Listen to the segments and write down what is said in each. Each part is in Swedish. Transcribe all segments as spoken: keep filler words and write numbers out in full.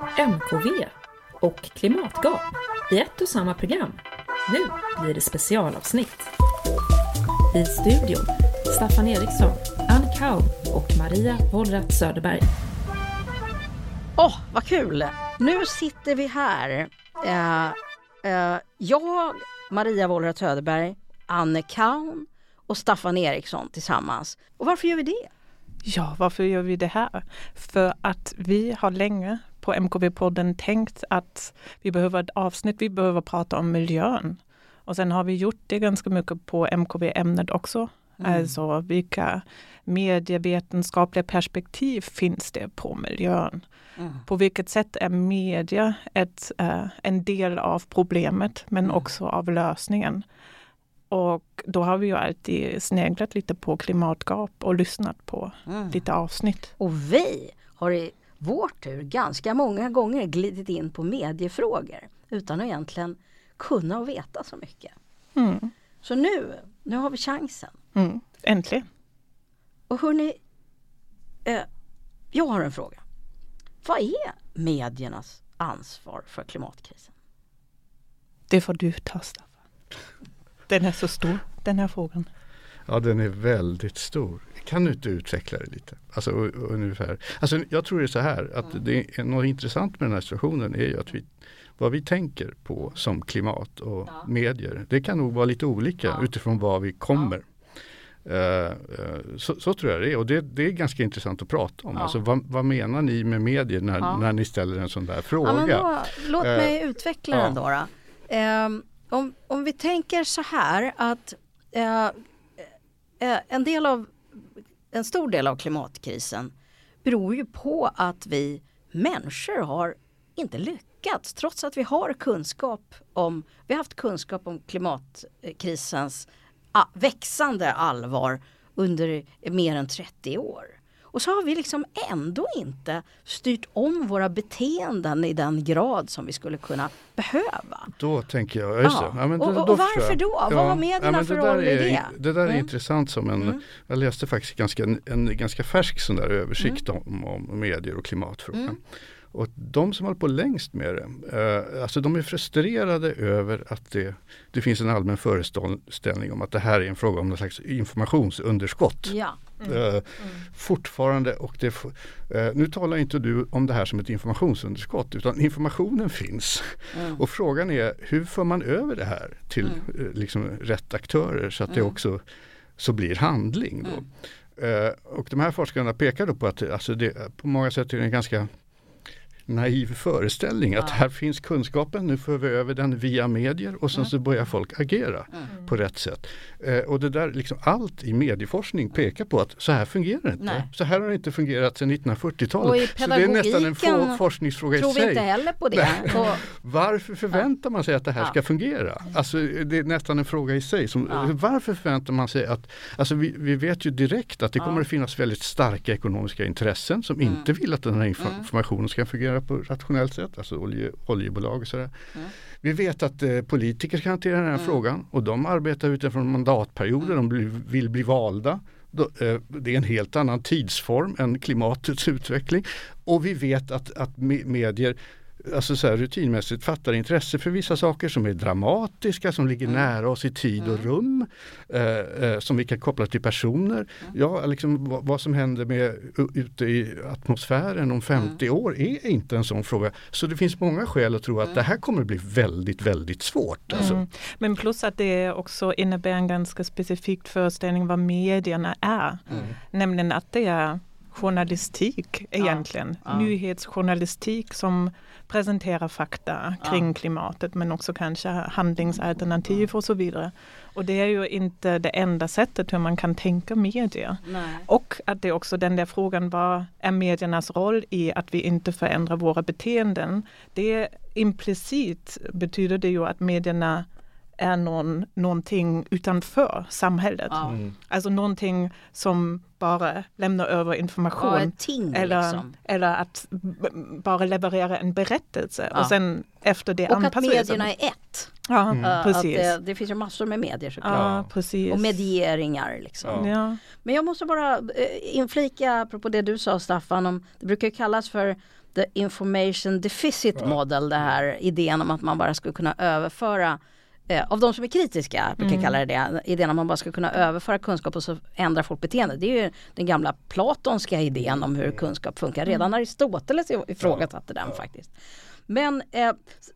M K V och klimatgap i ett och samma program. Nu blir det specialavsnitt. I studion Staffan Eriksson, Ann Kaun och Maria Wollratz Söderberg. Åh, oh, vad kul! Nu sitter vi här. Uh, uh, jag, Maria Wollratz Söderberg, Ann Kaun och Staffan Eriksson tillsammans. Och varför gör vi det? Ja, varför gör vi det här? För att vi har länge på M K V-podden tänkt att vi behöver ett avsnitt, vi behöver prata om miljön. Och sen har vi gjort det ganska mycket på M K V-ämnet också. Mm. Alltså vilka medievetenskapliga perspektiv finns det på miljön? Mm. På vilket sätt är media ett, äh, en del av problemet men mm. också av lösningen? Och då har vi ju alltid sneglat lite på klimatgap och lyssnat på mm. lite avsnitt. Och vi har i vår tur ganska många gånger glidit in på mediefrågor utan att egentligen kunna och veta så mycket. Mm. Så nu, nu har vi chansen. Mm. Äntligen. Och hörni, eh, jag har en fråga. Vad är mediernas ansvar för klimatkrisen? Det får du ta, Staffan. Den är så stor, den här frågan. Ja, den är väldigt stor. Kan du inte utveckla det lite? Alltså ungefär. Alltså, jag tror det är så här, att mm. det är något intressant med den här situationen är ju att vi, vad vi tänker på som klimat och ja. medier, det kan nog vara lite olika ja. utifrån var vi kommer. Ja. Uh, uh, så, så tror jag det är. Och det, det är ganska intressant att prata om. Ja. Alltså, vad, vad menar ni med medier när, ja. när ni ställer en sån där fråga? Ja, men då, låt uh, mig utveckla den då. då. Uh, om, om vi tänker så här att uh, uh, en del av en stor del av klimatkrisen beror ju på att vi människor har inte lyckats, trots att vi har kunskap om, vi har haft kunskap om klimatkrisens ah, växande allvar under mer än trettio år. Och så har vi liksom ändå inte styrt om våra beteenden i den grad som vi skulle kunna behöva. Då tänker jag, just det. Ja. Ja, men och, då, och då varför då? Ja, vad har medierna ja, för roll i det? Det där är mm. intressant som en, mm. jag läste faktiskt ganska, en, en ganska färsk sån där översikt mm. om, om medier och klimatfrågan. Mm. Och de som håller på längst med det, eh, alltså de är frustrerade över att det, det finns en allmän föreställning om att det här är en fråga om någon slags informationsunderskott. Ja. Mm. Eh, mm. Fortfarande, och det, eh, nu talar inte du om det här som ett informationsunderskott, utan informationen finns. Mm. Och frågan är, hur får man över det här till mm. eh, liksom, rätt aktörer så att mm. det också så blir handling då. Mm. Eh, och de här forskarna pekar då på att alltså det, på många sätt är det en ganska naiv föreställning att ja. här finns kunskapen, nu för vi över den via medier och sen mm. så börjar folk agera mm. på rätt sätt. Eh, och det där, liksom allt i medieforskning pekar på att så här fungerar det inte. Nej. Så här har det inte fungerat sedan nittonhundrafyrtiotalet. Och i så det är nästan en få forskningsfråga i sig. Tror vi inte heller på det. Och, varför förväntar man sig att det här ja. ska fungera? Alltså det är nästan en fråga i sig. Som, ja. Varför förväntar man sig att, alltså vi, vi vet ju direkt att det kommer ja. att finnas väldigt starka ekonomiska intressen som mm. inte vill att den här informationen ska fungera på rationellt sätt, alltså olje, oljebolag och sådär. Mm. Vi vet att eh, politiker kan hantera den här mm. frågan och de arbetar utifrån mandatperioder, mm. de bli, vill bli valda. Då, eh, det är en helt annan tidsform än klimatets utveckling. Och vi vet att, att medier alltså så här, rutinmässigt fattar intresse för vissa saker som är dramatiska, som ligger mm. nära oss i tid mm. och rum, eh, eh, som vi kan koppla till personer. Mm. Ja, liksom, vad, vad som händer med ute i atmosfären om femtio mm. år är inte en sån fråga. Så det finns många skäl att tro att mm. det här kommer att bli väldigt, väldigt svårt. Mm. Alltså. Men plus att det också innebär en ganska specifik föreställning vad medierna är. Mm. Nämligen att det är journalistik egentligen. Ja. Ja. Nyhetsjournalistik som presenterar fakta kring ja. klimatet men också kanske handlingsalternativ och så vidare. Och det är ju inte det enda sättet hur man kan tänka medier. Nej. Och att det är också den där frågan, vad är mediernas roll i att vi inte förändrar våra beteenden? Det implicit betyder det ju att medierna är någon, någonting utanför samhället. Mm. Alltså någonting som bara lämnar över information. Ja, ting, eller, liksom. eller att b- bara leverera en berättelse. Ja. Och sen efter det och anpassar att medierna är ett. Ja, mm. uh, precis. Att det, det finns ju massor med medier såklart. Ja, precis. Och medieringar liksom. Ja. Ja. Men jag måste bara uh, inflika apropå det du sa, Staffan, om, det brukar kallas för the information deficit ja. model, det här idén om att man bara skulle kunna överföra eh, av de som är kritiska, vi kan mm. kalla det det, idén om att man bara ska kunna överföra kunskap och så ändra folk beteende. Det är ju den gamla platonska idén om hur kunskap funkar. Redan mm. Aristoteles ifrågasatte ja. den faktiskt. Men eh,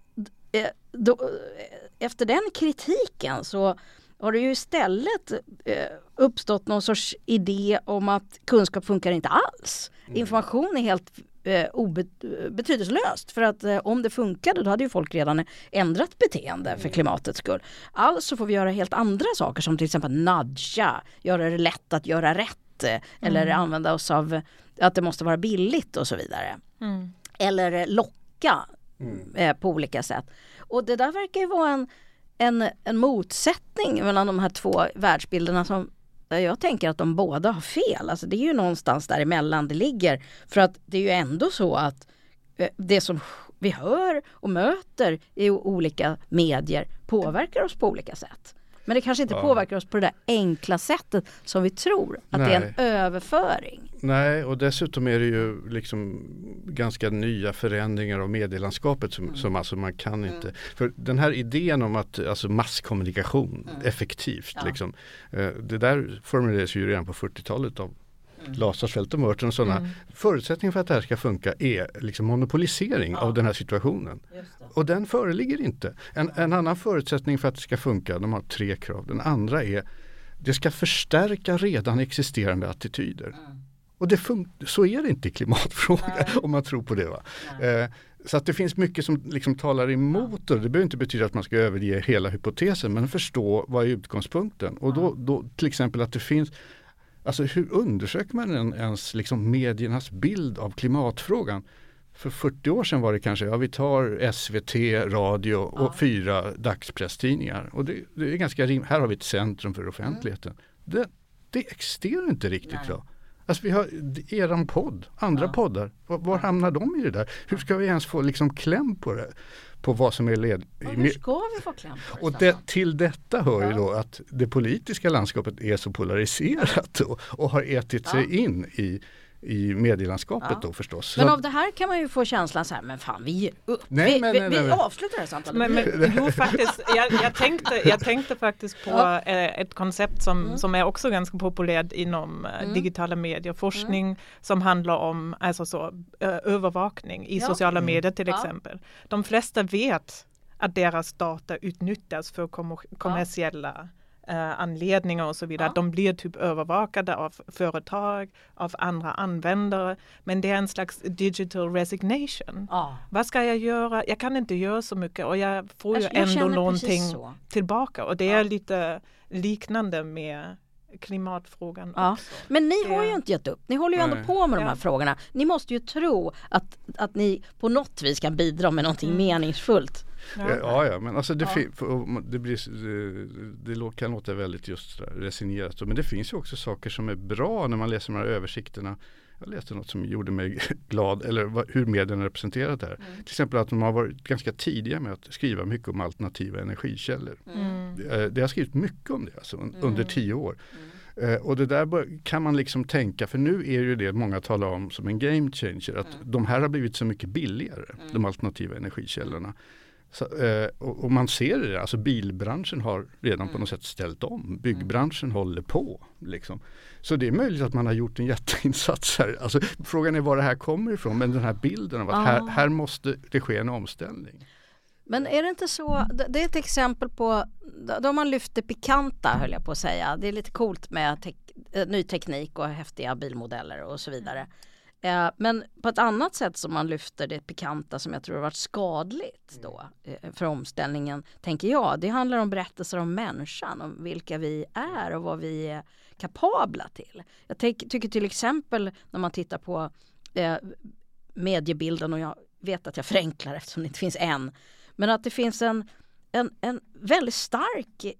eh, då, efter den kritiken så har det ju istället eh, uppstått någon sorts idé om att kunskap funkar inte alls. Mm. Information är helt eh, obet- betydelselöst. För att eh, om det funkade då hade ju folk redan ändrat beteende för klimatets skull. Alltså får vi göra helt andra saker som till exempel nudga, göra det lätt att göra rätt. Eh, mm. Eller använda oss av att det måste vara billigt och så vidare. Mm. Eller locka mm. eh, på olika sätt. Och det där verkar ju vara en En, en motsättning mellan de här två världsbilderna som där jag tänker att de båda har fel. Alltså det är ju någonstans däremellan det ligger. För att det är ju ändå så att det som vi hör och möter i olika medier påverkar oss på olika sätt. Men det kanske inte ja. påverkar oss på det där enkla sättet som vi tror att Nej. det är en överföring. Nej, och dessutom är det ju liksom ganska nya förändringar av medielandskapet som, mm. som alltså man kan inte... Mm. För den här idén om att alltså masskommunikation mm. effektivt, ja. liksom, det där formulerades ju redan på fyrtiotalet av Mm. Lasarsfält och Merton och sådana. Mm. Förutsättningen för att det här ska funka är liksom monopolisering ja. av den här situationen. Och den föreligger inte. En, en annan förutsättning för att det ska funka, de har tre krav. Den andra är det ska förstärka redan existerande attityder. Mm. Och det fun- så är det inte i klimatfrågan om man tror på det. Va? Eh, så att det finns mycket som liksom talar emot det. Det behöver inte betyda att man ska överge hela hypotesen men förstå vad är utgångspunkten. Och då, då till exempel att det finns Alltså hur undersöker man en, ens liksom mediernas bild av klimatfrågan? För fyrtio år sedan var det kanske, ja vi tar S V T, radio och ja. fyra dagspresstidningar. Och det, det är ganska rim. Här har vi ett centrum för offentligheten. Mm. Det, det existerar inte riktigt Nej. idag. Alltså vi har eran podd, andra ja. poddar. Var, var hamnar de i det där? Hur ska vi ens få liksom kläm på det? På vad som är led... Och hur ska vi få kläm på det? Och det, till detta hör ja. ju då att det politiska landskapet är så polariserat och, och har ätit ja. sig in i, i medielandskapet ja. då förstås. Men av det här kan man ju få känslan så här, men fan vi ger upp. Nej, vi, men, vi, nej, nej, vi avslutar det här samtalet. Men, men, jo, faktiskt, jag, jag, tänkte, jag tänkte faktiskt på ja. ett koncept som, mm. som är också ganska populärt inom mm. digitala medier. Forskning mm. som handlar om alltså så, övervakning i ja. sociala medier till mm. exempel. De flesta vet att deras data utnyttjas för kommer- kommersiella ja. Uh, anledningar och så vidare. Ja. De blir typ övervakade av företag, av andra användare. Men det är en slags digital resignation. Ja. Vad ska jag göra? Jag kan inte göra så mycket och jag får jag, ju ändå någonting tillbaka. Och det ja. är lite liknande med klimatfrågan ja. också. Men ni det... har ju inte gett upp. Ni håller ju ändå Nej. på med de här ja. frågorna. Ni måste ju tro att, att ni på något vis kan bidra med någonting mm. meningsfullt. Ja. Ja, ja, men alltså det, ja. fi- det, blir, det, det kan låta väldigt just resignerat. Men det finns ju också saker som är bra när man läser de här översikterna. Jag läste något som gjorde mig glad, eller vad, hur medierna representerat det här. Mm. Till exempel att de har varit ganska tidiga med att skriva mycket om alternativa energikällor. Mm. Det, det har skrivit mycket om det alltså, mm. under tio år. Mm. Uh, och det där bör, kan man liksom tänka, för nu är ju det många talar om som en game changer, att mm. de här har blivit så mycket billigare, mm. de alternativa energikällorna. Så, eh, och, och man ser det, alltså bilbranschen har redan mm. på något sätt ställt om. Byggbranschen mm. håller på. Liksom. Så det är möjligt att man har gjort en jätteinsats här. Alltså, frågan är var det här kommer ifrån, men den här bilden av att ah. här, här måste det ske en omställning. Men är det inte så, det är ett exempel på, då man lyfter pikanta höll jag på att säga. Det är lite coolt med te- ny teknik och häftiga bilmodeller och så vidare. Eh, men på ett annat sätt som man lyfter det pikanta som jag tror har varit skadligt då eh, för omställningen, tänker jag. Det handlar om berättelser om människan, om vilka vi är och vad vi är kapabla till. Jag tänk, tycker till exempel när man tittar på eh, mediebilden, och jag vet att jag förenklar eftersom det inte finns en, men att det finns en, en, en väldigt stark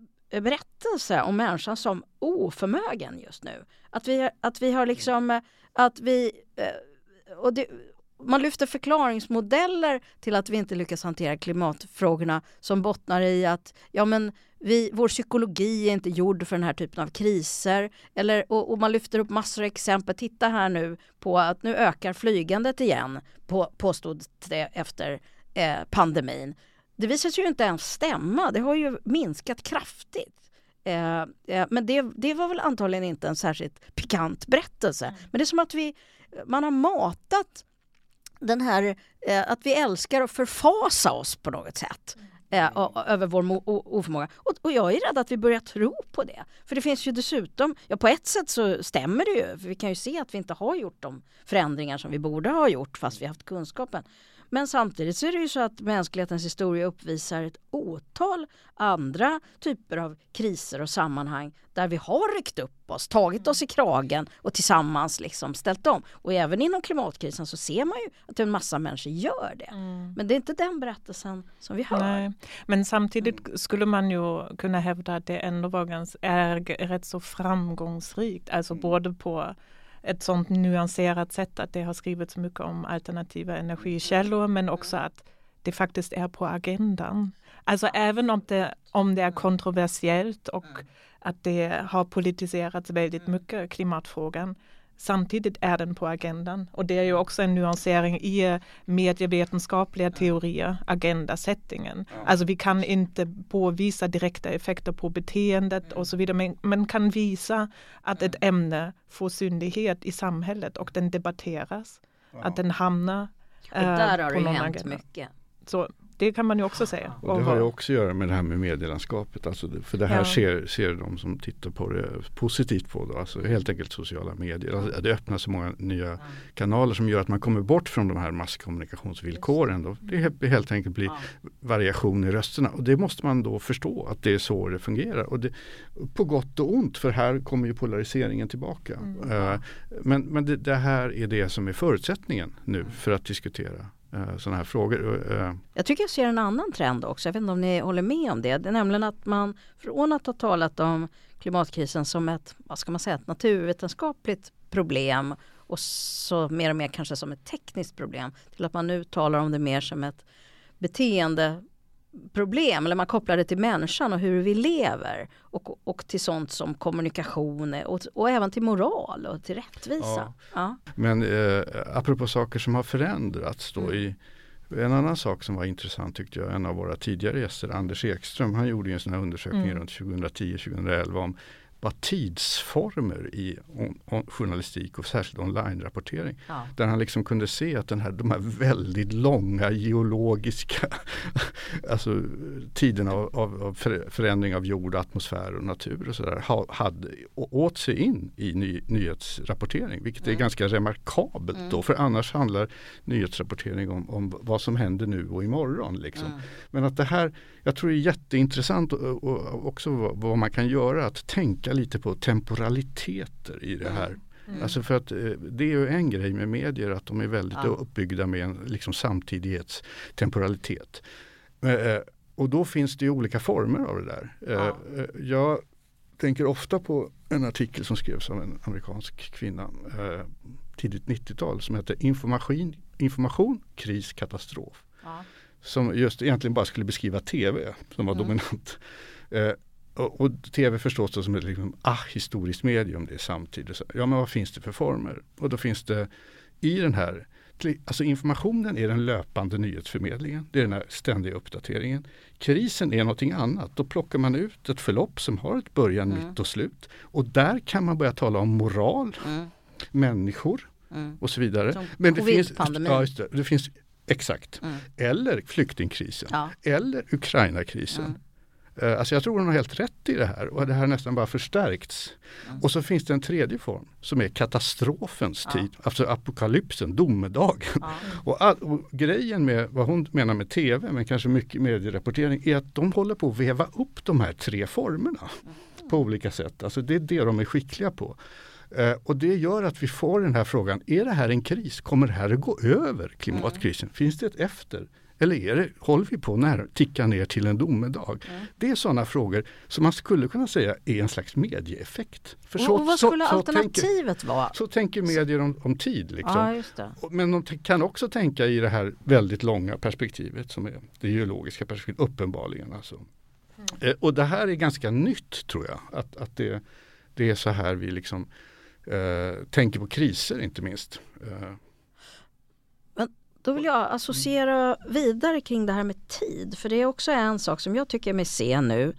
berättelse om människan som oförmögen just nu. Att vi, att vi har liksom, att vi, och, det, man lyfter förklaringsmodeller till att vi inte lyckas hantera klimatfrågorna som bottnar i att ja, men vi, vår psykologi är inte gjord för den här typen av kriser. Eller, och, och man lyfter upp massor av exempel. Titta här nu på att nu ökar flygandet igen, på, påstod det efter eh, pandemin. Det visar sig ju inte ens stämma. Det har ju minskat kraftigt. Eh, eh, men det, det var väl antagligen inte en särskilt pikant berättelse. Mm. Men det är som att vi, man har matat den här, eh, att vi älskar att förfasa oss på något sätt. Eh, och, och, över vår mo- o- oförmåga. Och, och jag är rädd att vi börjar tro på det. För det finns ju dessutom, ja på ett sätt så stämmer det ju. För vi kan ju se att vi inte har gjort de förändringar som vi borde ha gjort fast vi haft kunskapen. Men samtidigt så är det ju så att mänsklighetens historia uppvisar ett otal andra typer av kriser och sammanhang där vi har ryckt upp oss, tagit oss i kragen och tillsammans liksom ställt om. Och även inom klimatkrisen så ser man ju att en massa människor gör det. Mm. Men det är inte den berättelsen som vi hör. Nej. Men samtidigt skulle man ju kunna hävda att det ändå var ganska, är rätt så framgångsrikt. Alltså mm. både på ett sånt nyanserat sätt att det har skrivits mycket om alternativa energikällor, men också att det faktiskt är på agendan. Alltså även om det, om det är kontroversiellt och att det har politiserats väldigt mycket, klimatfrågan, samtidigt är den på agendan. Och det är ju också en nyansering i medievetenskapliga teorier, agendasättningen. Alltså vi kan inte påvisa direkta effekter på beteendet och så vidare, men man kan visa att ett ämne får synlighet i samhället och den debatteras. Att den hamnar och där eh, har på det någon hänt agenda. mycket. Så det kan man ju också säga. Och det har ju också att göra med det här med medielandskapet. Alltså det, för det här ja. ser, ser de som tittar på det positivt på. Då. Alltså helt enkelt sociala medier. Alltså det öppnar så många nya mm. kanaler som gör att man kommer bort från de här masskommunikationsvillkoren. Då. Det är helt enkelt blir variation i rösterna. Och det måste man då förstå att det är så det fungerar. Och det, på gott och ont, för här kommer ju polariseringen tillbaka. Mm. Uh, men men det, det här är det som är förutsättningen nu för att diskutera sådana här frågor. Jag tycker jag ser en annan trend också. Jag vet inte om ni håller med om det. Det är nämligen att man från att ha talat om klimatkrisen som ett, vad ska man säga, ett naturvetenskapligt problem och så mer och mer kanske som ett tekniskt problem till att man nu talar om det mer som ett beteendeproblem, eller man kopplar det till människan och hur vi lever och, och till sånt som kommunikation och, och även till moral och till rättvisa. Ja. Ja. Men eh, apropå saker som har förändrats då mm. i en annan sak som var intressant tyckte jag, en av våra tidigare gäster, Anders Ekström, han gjorde en sån här undersökning mm. runt tjugohundratio tjugohundraelva om vad tidsformer i on, on, journalistik och särskilt online-rapportering. Ja. Där han liksom kunde se att den här, de här väldigt långa geologiska alltså tiderna av, av förändring av jord, atmosfär och natur och sådär ha, hade åt sig in i ny, nyhetsrapportering. Vilket mm. är ganska remarkabelt mm. då. För annars handlar nyhetsrapportering om, om vad som händer nu och imorgon. Liksom. Mm. Men att det här, jag tror det är jätteintressant och, och också vad, vad man kan göra, att tänka lite på temporaliteter i det här. Mm. Alltså för att eh, det är ju en grej med medier att de är väldigt ja. uppbyggda med en liksom samtidighetstemporalitet. Eh, och då finns det ju olika former av det där. Eh, ja. Jag tänker ofta på en artikel som skrevs av en amerikansk kvinna eh, tidigt nittiotal som heter Information, information kris, katastrof. Ja. Som just egentligen bara skulle beskriva tv som var mm. dominant. Eh, Och, och tv förstås då som ett liksom, ah, historiskt medium, det är samtidigt. Så, ja, men vad finns det för former? Och då finns det i den här, alltså informationen är den löpande nyhetsförmedlingen. Det är den här ständiga uppdateringen. Krisen är någonting annat. Då plockar man ut ett förlopp som har ett början, mm. mitt och slut. Och där kan man börja tala om moral, mm. människor mm. och så vidare. Som men det finns, ja, just det, det finns exakt. Mm. Eller flyktingkrisen. Ja. Eller Ukraina-krisen. Mm. Alltså jag tror hon har helt rätt i det här och det här har nästan bara förstärkts. Mm. Och så finns det en tredje form som är katastrofens ja. tid, alltså apokalypsen, domedagen. Ja. Och, all, och grejen med vad hon menar med tv, men kanske mycket medierapportering, är att de håller på att veva upp de här tre formerna mm. på olika sätt. Alltså det är det de är skickliga på. Uh, och det gör att vi får den här frågan, är det här en kris? Kommer det här att gå över klimatkrisen? Mm. Finns det ett efter? Eller är det, håller vi på när ticka ner till en domedag? Mm. Det är sådana frågor som man skulle kunna säga är en slags medieeffekt. För och, så, och vad skulle så, alternativet så tänker, vara? Så tänker medier om, om tid. Liksom. Ja, just det. Men de kan också tänka i det här väldigt långa perspektivet som är det geologiska perspektivet, uppenbarligen. Alltså. Mm. Eh, och det här är ganska nytt, tror jag. Att, att det, det är så här vi liksom eh, tänker på kriser, inte minst. Eh. Men då vill jag associera vidare kring det här med tid. För det är också en sak som jag tycker mig se nu.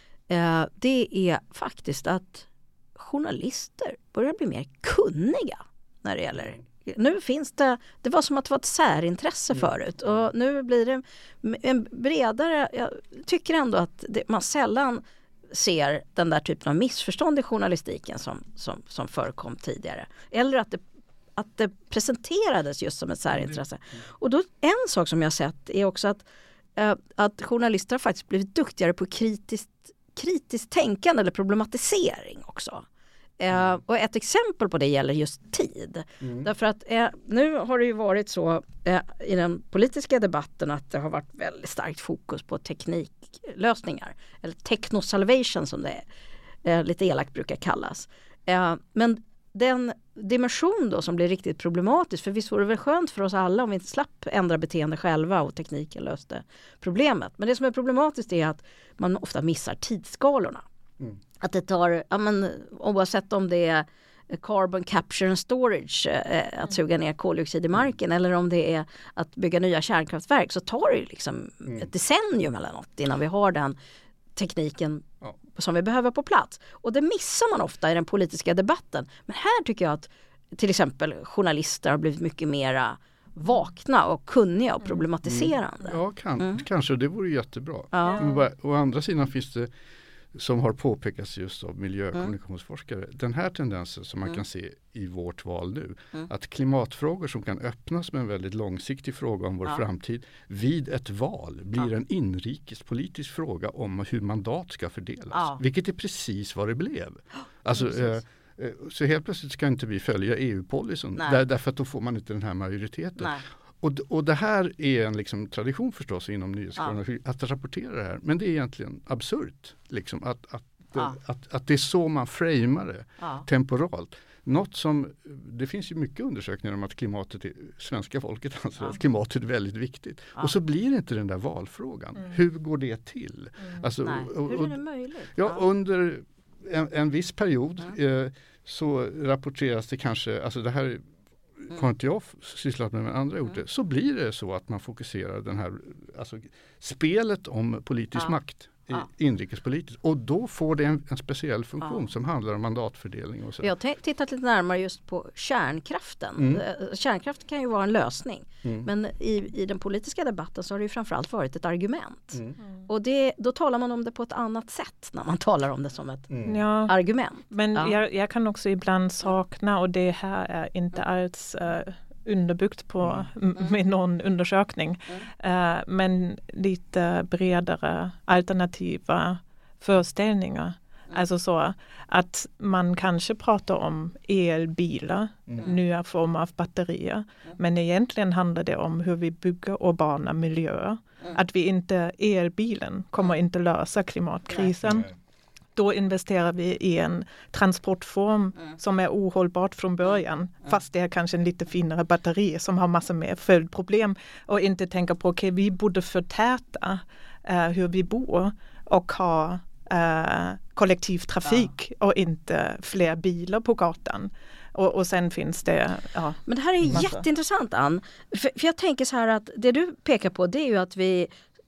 Eh, det är faktiskt att journalister börjar bli mer kunniga när det gäller. Nu finns det, det var som att det var ett särintresse förut och nu blir det en bredare, jag tycker ändå att det, man sällan ser den där typen av missförstånd i journalistiken som, som, som förekom tidigare. Eller att det, att det presenterades just som ett särintresse. Och då en sak som jag har sett är också att, äh, att journalister har faktiskt blivit duktigare på kritiskt, kritiskt tänkande eller problematisering också. Uh, och ett exempel på det gäller just tid. Mm. Därför att uh, nu har det ju varit så uh, i den politiska debatten att det har varit väldigt starkt fokus på tekniklösningar. Eller technosalvation som det är, uh, lite elakt brukar kallas. Uh, men den dimension då som blir riktigt problematisk, för visst vore det väl skönt för oss alla om vi inte slapp ändra beteende själva och tekniken löste problemet. Men det som är problematiskt är att man ofta missar tidsskalorna. Mm. Att det tar, ja men, oavsett om det är carbon capture and storage, eh, att suga ner koldioxid i marken, eller om det är att bygga nya kärnkraftverk, så tar det ju liksom mm. ett decennium eller något innan vi har den tekniken ja. som vi behöver på plats. Och det missar man ofta i den politiska debatten. Men här tycker jag att till exempel journalister har blivit mycket mera vakna och kunniga och problematiserande. Mm. Ja, kan, mm. kanske. Det vore jättebra. Ja. Men bara, å andra sidan finns det, som har påpekats just av miljö- och kommunikationsforskare, mm. den här tendensen som man mm. kan se i vårt val nu, mm. att klimatfrågor som kan öppnas med en väldigt långsiktig fråga om vår ja. framtid vid ett val blir ja. en inrikespolitisk fråga om hur mandat ska fördelas. Ja. Vilket är precis vad det blev. Alltså, eh, eh, så helt plötsligt ska inte vi följa E U-policyn där, därför att då får man inte den här majoriteten. Nej. Och, och det här är en liksom tradition förstås inom nyhetsjournalistik, ja. att rapportera det här. Men det är egentligen absurt liksom, att, att, ja. att, att, att det är så man framar det ja. temporalt. Något som, det finns ju mycket undersökningar om att klimatet är, svenska folket anser ja. att klimatet är väldigt viktigt. Ja. Och så blir det inte den där valfrågan. Mm. Hur går det till? Mm. Alltså, och, och, Hur är det möjligt? Ja, ja. under en, en viss period mm. eh, så rapporteras det kanske, alltså det här Mm. har inte jag sysslat med, men andra gjort det, så blir det så att man fokuserar den här, alltså spelet om politisk ja. makt ja. inrikespolitiskt, och då får det en, en speciell funktion ja. som handlar om mandatfördelning och så. Jag har tittat lite närmare just på kärnkraften. Mm. Kärnkraft kan ju vara en lösning, mm. men i, i den politiska debatten så har det ju framförallt varit ett argument. Mm. Mm. Och det, då talar man om det på ett annat sätt när man talar om det som ett mm. ja. argument. Men ja. jag, jag kan också ibland sakna, och det här är inte alls uh, underbyggt på mm. med någon undersökning, mm. uh, men lite bredare alternativa föreställningar. Mm. Alltså så att man kanske pratar om elbilar, mm. nya former av batterier, mm. men egentligen handlar det om hur vi bygger urbana miljöer. Mm. Att vi inte, elbilen kommer inte lösa klimatkrisen. Mm. Då investerar vi i en transportform mm. som är ohållbart från början. Mm. Fast det är kanske en lite finare batteri som har massor med följdproblem. Och inte tänka på, okej, okay, vi borde förtäta uh, hur vi bor och ha uh, kollektivtrafik ja. och inte fler bilar på gatan. Och, och sen finns det... Ja, men det här är massa. jätteintressant, Ann. För, för jag tänker så här att det du pekar på, det är ju att vi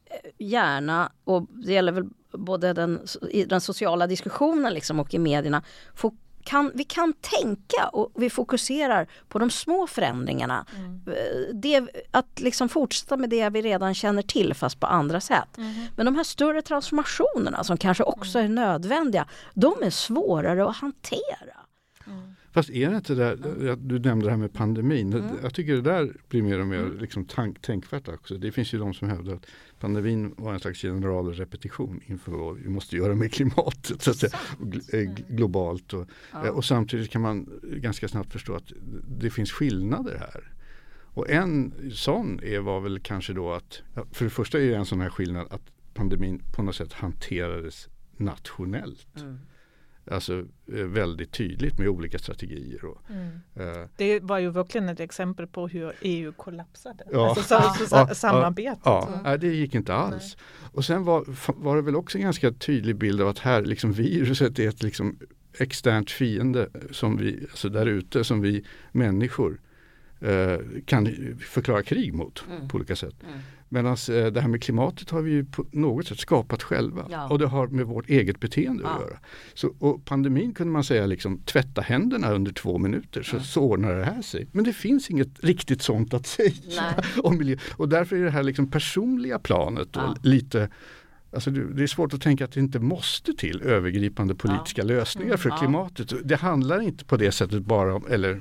gärna, och det gäller väl både den, i den sociala diskussionen liksom och i medierna, får, kan, vi kan tänka och vi fokuserar på de små förändringarna. Mm. Det, att liksom fortsätta med det vi redan känner till fast på andra sätt. Mm. Men de här större transformationerna som kanske också är nödvändiga, de är svårare att hantera. Mm. Fast är det inte det, du nämnde det här med pandemin, mm. jag tycker det där blir mer och mer liksom tank, tänkvärt också. Det finns ju de som hävdar att pandemin var en slags generalrepetition inför vad vi måste göra med klimatet så att säga, och globalt. Och, ja. och samtidigt kan man ganska snabbt förstå att det finns skillnader här. Och en sån är, var väl kanske då att, för det första är det en sån här skillnad att pandemin på något sätt hanterades nationellt. Mm. Alltså väldigt tydligt med olika strategier. Och, mm. eh, det var ju verkligen ett exempel på hur E U kollapsade. Ja, alltså så, så, ja, samarbetet. Ja, ja, ja, det gick inte alls. Nej. Och sen var, var det väl också en ganska tydlig bild av att här liksom viruset är ett liksom externt fiende som vi, alltså där ute som vi människor eh, kan förklara krig mot mm. på olika sätt. Mm. Medan eh, det här med klimatet har vi ju på något sätt skapat själva. Ja. Och det har med vårt eget beteende ja. att göra. Så, och pandemin kunde man säga liksom tvätta händerna under två minuter så, mm. så ordnar det här sig. Men det finns inget riktigt sånt att säga om miljö. Och därför är det här liksom personliga planet ja. lite... Alltså det är svårt att tänka att det inte måste till övergripande politiska ja. lösningar mm. för ja. klimatet. Det handlar inte på det sättet bara om... Eller,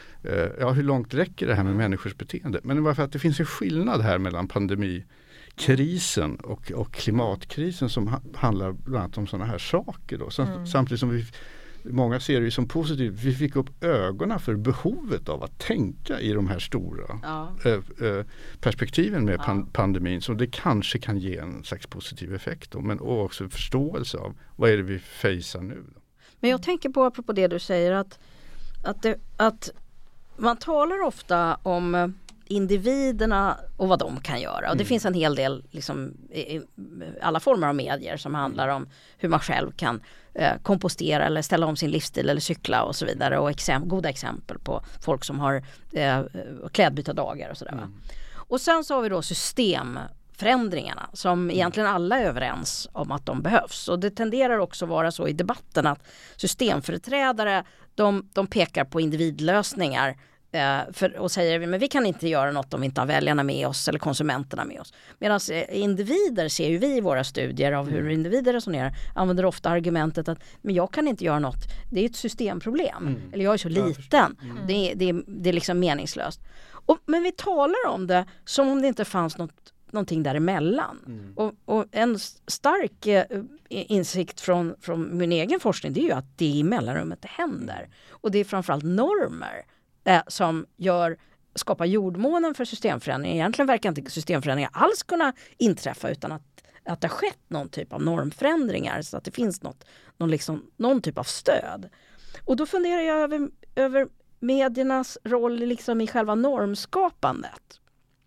ja, hur långt räcker det här med människors beteende? Men det var för att det finns en skillnad här mellan pandemikrisen och, och klimatkrisen som ha, handlar bland annat om sådana här saker. Då. Samt, mm. Samtidigt som vi, många ser det som positivt, vi fick upp ögonen för behovet av att tänka i de här stora ja. äh, äh, perspektiven med pan, pandemin. Så det kanske kan ge en slags positiv effekt. Då, men också förståelse av vad är det vi facear nu. Då. Men jag tänker på, apropå det du säger, att, att, det, att man talar ofta om individerna och vad de kan göra. Och det mm. finns en hel del liksom, i, i alla former av medier som handlar om hur man själv kan eh, kompostera eller ställa om sin livsstil eller cykla och så vidare. Och exem- goda exempel på folk som har eh, klädbytardagar och sådär. Mm. Och sen så har vi då systemförändringarna som egentligen alla är överens om att de behövs. Och det tenderar också vara så i debatten att systemföreträdare de, de pekar på individlösningar eh, för, och säger men vi kan inte göra något om vi inte har väljarna med oss eller konsumenterna med oss. Medan eh, individer ser ju vi i våra studier av hur individer resonerar använder ofta argumentet att men jag kan inte göra något. Det är ett systemproblem. Mm. Eller jag är så liten. Mm. Det, det, det är liksom meningslöst. Och, men vi talar om det som om det inte fanns något någonting däremellan. Mm. Och, och en stark eh, insikt från, från min egen forskning det är ju att det är i mellanrummet det händer. Och det är framförallt normer eh, som gör, skapar jordmånen för systemförändringar. Egentligen verkar inte systemförändringar alls kunna inträffa utan att, att det har skett någon typ av normförändringar så att det finns något, någon, liksom, någon typ av stöd. Och då funderar jag över, över mediernas roll liksom i själva normskapandet.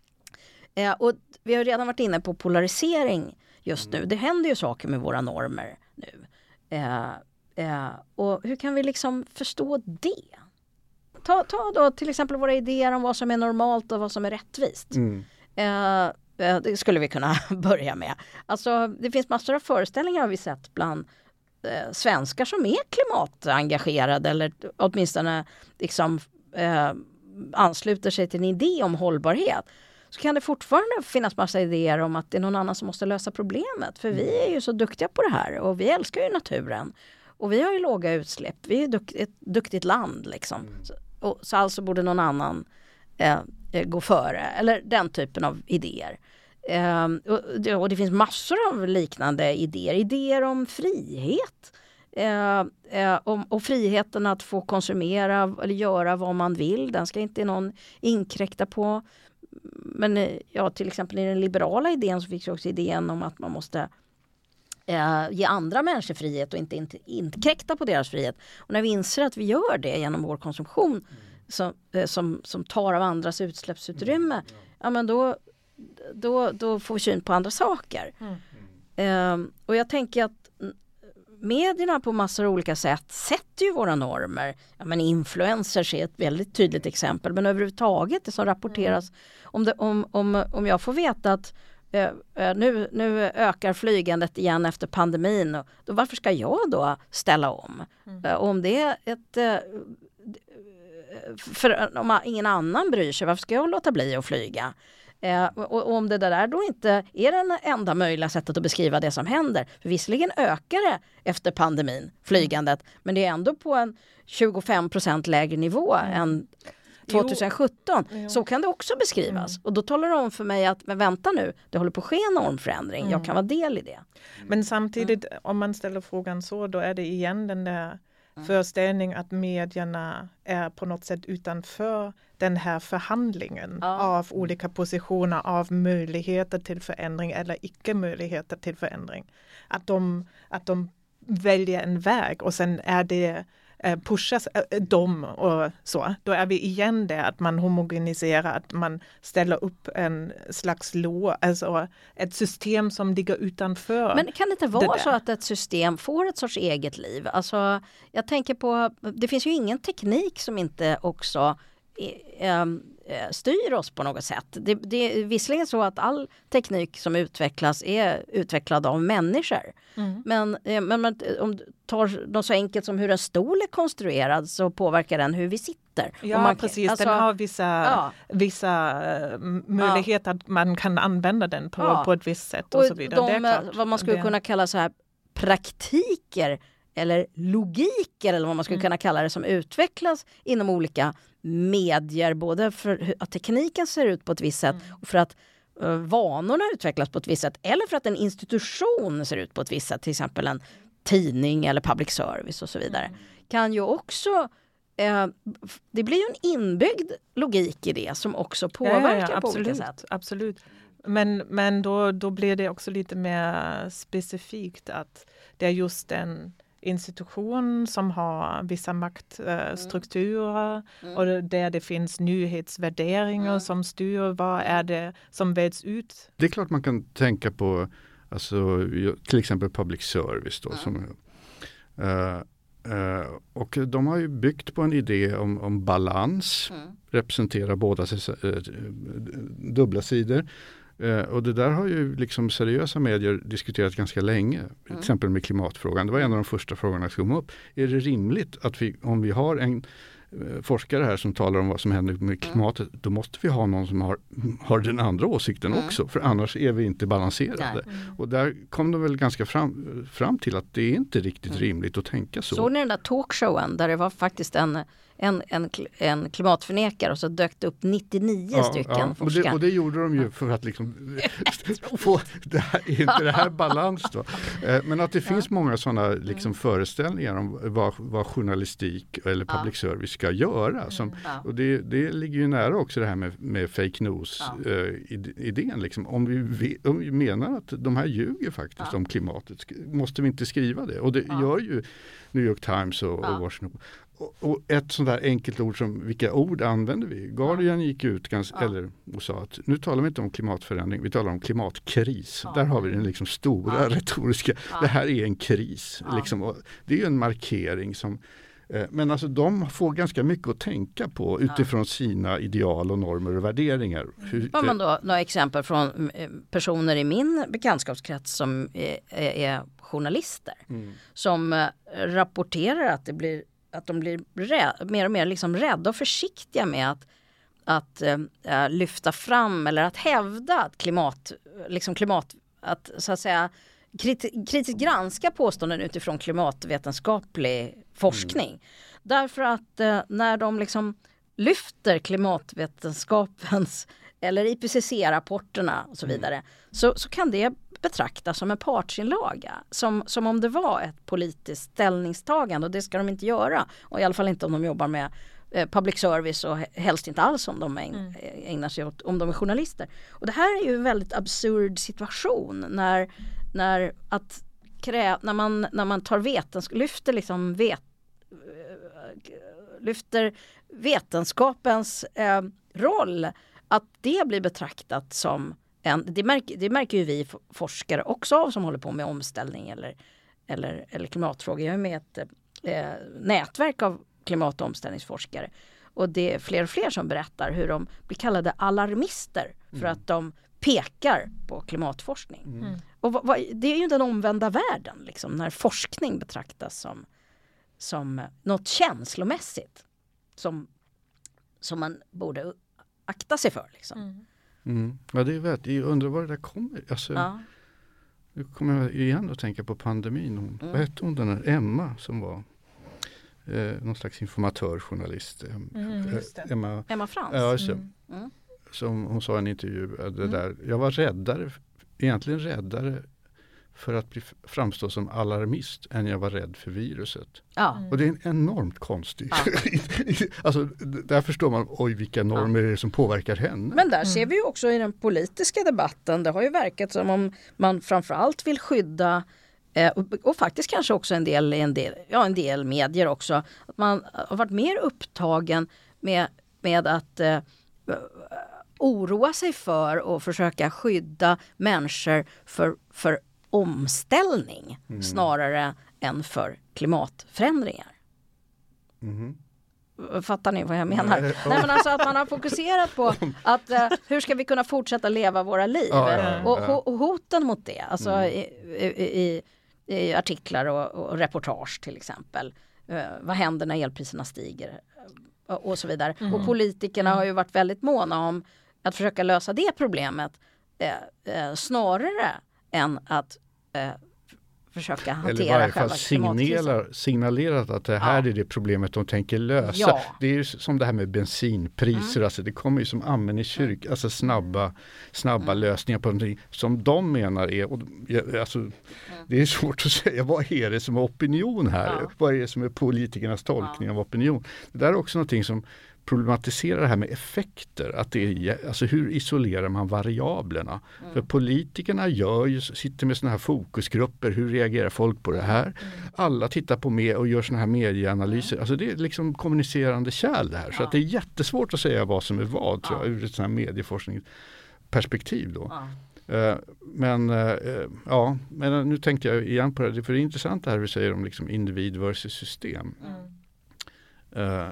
Eh, och vi har redan varit inne på polarisering just nu. Det händer ju saker med våra normer nu. Eh, eh, och hur kan vi liksom förstå det? Ta, ta då till exempel våra idéer om vad som är normalt och vad som är rättvist. Mm. Eh, eh, det skulle vi kunna börja med. Alltså det finns massor av föreställningar har vi sett bland eh, svenskar som är klimatengagerade eller åtminstone liksom eh, ansluter sig till en idé om hållbarhet. Så kan det fortfarande finnas massa idéer om att det är någon annan som måste lösa problemet. För vi är ju så duktiga på det här och vi älskar ju naturen. Och vi har ju låga utsläpp. Vi är dukt, ett duktigt land liksom. Mm. Så, och, så alltså borde någon annan eh, gå före. Eller den typen av idéer. Eh, och, det, och det finns massor av liknande idéer. Idéer om frihet. Eh, eh, om, och friheten att få konsumera eller göra vad man vill. Den ska inte någon inkräkta på. Men ja, till exempel i den liberala idén så fick jag också idén om att man måste eh, ge andra människor frihet och inte, inte inkräkta på deras frihet. Och när vi inser att vi gör det genom vår konsumtion mm. som, eh, som, som tar av andras utsläppsutrymme, mm. ja. ja men då, då, då får vi syn på andra saker. Mm. Eh, och jag tänker att medierna på massor av olika sätt sätter ju våra normer. Ja, men influencers är ett väldigt tydligt exempel. Men överhuvudtaget det som rapporteras mm. om, det, om, om, om jag får veta att eh, nu, nu ökar flygandet igen efter pandemin. Och då, varför ska jag då ställa om? Mm. Eh, om det är ett... Eh, för om ingen annan bryr sig, varför ska jag låta bli att flyga? Eh, och, och om det där då inte är den enda möjliga sättet att beskriva det som händer. För visserligen ökar det efter pandemin, flygandet. Men det är ändå på en tjugofem procent lägre nivå mm. än tjugohundrasjutton. Jo. Så kan det också beskrivas. Mm. Och då talar det om för mig att, men vänta nu, det håller på att ske en normförändring. Mm. Jag kan vara del i det. Men samtidigt, mm. om man ställer frågan så, då är det igen den där mm. föreställning att medierna är på något sätt utanför den här förhandlingen ja. av olika positioner, av möjligheter till förändring eller icke möjligheter till förändring. Att de, att de väljer en väg och sen är det pushas dem och så. Då är vi igen där att man homogeniserar, att man ställer upp en slags lå, alltså ett system som ligger utanför. Men kan det inte vara det så att ett system får ett sorts eget liv? Alltså jag tänker på, det finns ju ingen teknik som inte också eh, styr oss på något sätt. Det, det är visserligen så att all teknik som utvecklas är utvecklad av människor. Mm. Men, men om du tar något så enkelt som hur en stol är konstruerad så påverkar den hur vi sitter. Ja, och man, precis. alltså, den har vissa, ja. vissa möjligheter ja. att man kan använda den på, ja. på ett visst sätt och, och så vidare. De, det är klart. Vad man skulle det... kunna kalla så här praktiker eller logiker eller vad man skulle mm. kunna kalla det som utvecklas inom olika medier, både för att tekniken ser ut på ett visst sätt mm. och för att uh, vanorna utvecklas på ett visst sätt eller för att en institution ser ut på ett visst sätt, till exempel en tidning eller public service och så vidare, mm. kan ju också uh, det blir ju en inbyggd logik i det som också påverkar ja, ja, ja, på absolut, olika sätt. Absolut. Men, men då, då blir det också lite mer specifikt att det är just en institution som har vissa maktstrukturer uh, mm. och där det finns nyhetsvärderingar mm. som styr vad är det som väljs ut. Det är klart man kan tänka på alltså, till exempel public service då, mm. som, uh, uh, och de har ju byggt på en idé om, om balans, mm. representerar båda uh, dubbla sidor. Uh, och det där har ju liksom seriösa medier diskuterat ganska länge. Mm. Till exempel med klimatfrågan. Det var en av de första frågorna som kom upp. Är det rimligt att vi, om vi har en uh, forskare här som talar om vad som händer med klimatet, mm. då måste vi ha någon som har, har den andra åsikten mm. också. För annars är vi inte balanserade. Mm. Och där kom de väl ganska fram, fram till att det är inte riktigt mm. rimligt att tänka så. Såg ni den där talkshowen där det var faktiskt en En, en, en klimatförnekare och så dök det upp nittionio ja, stycken ja. forskare. Och det, och det gjorde de ju för att liksom få det här, inte det här balans då. Men att det finns ja. många sådana liksom föreställningar om vad, vad journalistik eller public ja. service ska göra. Som, ja. Och det, det ligger ju nära också det här med, med fake news-idén. Ja. Uh, liksom. Om, vi, om vi menar att de här ljuger faktiskt ja. om klimatet, måste vi inte skriva det? Och det ja. gör ju New York Times och, ja. och Washington. Och ett sånt där enkelt ord som, vilka ord använder vi? Guardian gick ut ganska, ja. eller, och sa att nu talar vi inte om klimatförändring, vi talar om klimatkris. Ja. Där har vi den liksom stora ja. retoriska, ja. det här är en kris. Ja. Liksom, och det är ju en markering som, eh, men alltså de får ganska mycket att tänka på utifrån ja. sina ideal och normer och värderingar. Hur, Har man då några exempel från personer i min bekantskapskrets som är, är journalister mm. som eh, rapporterar att det blir att de blir rädd, mer och mer liksom rädda och försiktiga med att, att äh, lyfta fram eller att hävda att klimat, liksom klimat, att så att säga kriti- kritiskt granska påståenden utifrån klimatvetenskaplig forskning. Mm. Därför att äh, när de liksom lyfter klimatvetenskapens eller I P C C-rapporterna och så vidare mm. så, så kan det betraktas som en partsinlaga. Som, som om det var ett politiskt ställningstagande och det ska de inte göra. Och i alla fall inte om de jobbar med eh, public service och helst inte alls om de äg, mm. ägnar sig åt, om de är journalister. Och det här är ju en väldigt absurd situation när, när, att krä, när, man, när man tar vetenskap, lyfter liksom vet, lyfter vetenskapens eh, roll, att det blir betraktat som en, det, märker, det märker ju vi forskare också av som håller på med omställning eller, eller, eller klimatfrågor. Jag är med ett eh, nätverk av klimat- och omställningsforskare. Och det är fler och fler som berättar hur de blir kallade alarmister för mm. att de pekar på klimatforskning. Mm. Och vad, vad, det är ju den omvända världen liksom, när forskning betraktas som, som något känslomässigt som, som man borde akta sig för. Liksom. Mm. Mm. Ja, det är värt. Jag undrar var det där kommer. Alltså, ja. Nu kommer jag igen att tänka på pandemin. Hon, mm. Vad hette hon den där? Emma som var eh, någon slags informatörjournalist. Mm, just det. Emma, Emma Frans. Ja, just mm. Mm. Som hon sa i en intervju. Det mm. där, jag var räddare, egentligen räddare för att bli, framstå som alarmist än jag var rädd för viruset. Ja. Och det är en enormt konstigt. Ja. Alltså, där förstår man, oj vilka normer ja. är det som påverkar henne. Men där ser vi ju också i den politiska debatten, det har ju verkat som om man framförallt vill skydda eh, och, och faktiskt kanske också en del, en del, ja, en del medier också, att man har varit mer upptagen med, med att eh, oroa sig för och försöka skydda människor för, för omställning mm. snarare än för klimatförändringar. Mm. Fattar ni vad jag menar? Nej, Nej, men alltså att man har fokuserat på att uh, hur ska vi kunna fortsätta leva våra liv ja, ja, ja. Och, och hoten mot det, alltså mm. i, i, i, i artiklar och, och reportage till exempel. Uh, vad händer när elpriserna stiger och, och så vidare. Mm. Och politikerna har ju varit väldigt måna om att försöka lösa det problemet uh, uh, snarare än att uh, försöka hantera eller i varje fall signaler, signalerat att det här ja. är det problemet de tänker lösa. Ja. Det är ju som det här med bensinpriser, mm. alltså det kommer ju som amen i kyrk, alltså snabba, snabba mm. lösningar på någonting som de menar är, och, alltså, mm. det är svårt att säga, vad är det som är opinion här? Ja. Vad är det som är politikernas tolkning ja. av opinion? Det där är också någonting som problematisera det här med effekter. Att det är, alltså hur isolerar man variablerna? Mm. För politikerna gör ju, sitter med såna här fokusgrupper. Hur reagerar folk på det här? Mm. Alla tittar på med och gör såna här medieanalyser. Mm. Alltså det är liksom kommunicerande kärl det här. Så ja. att det är jättesvårt att säga vad som är vad tror jag, ur ett sånt här medieforskningsperspektiv då. Ja. Uh, men uh, ja, men nu tänkte jag igen på det. För det är intressant det här vi säger om liksom individ versus system. Mm. Uh,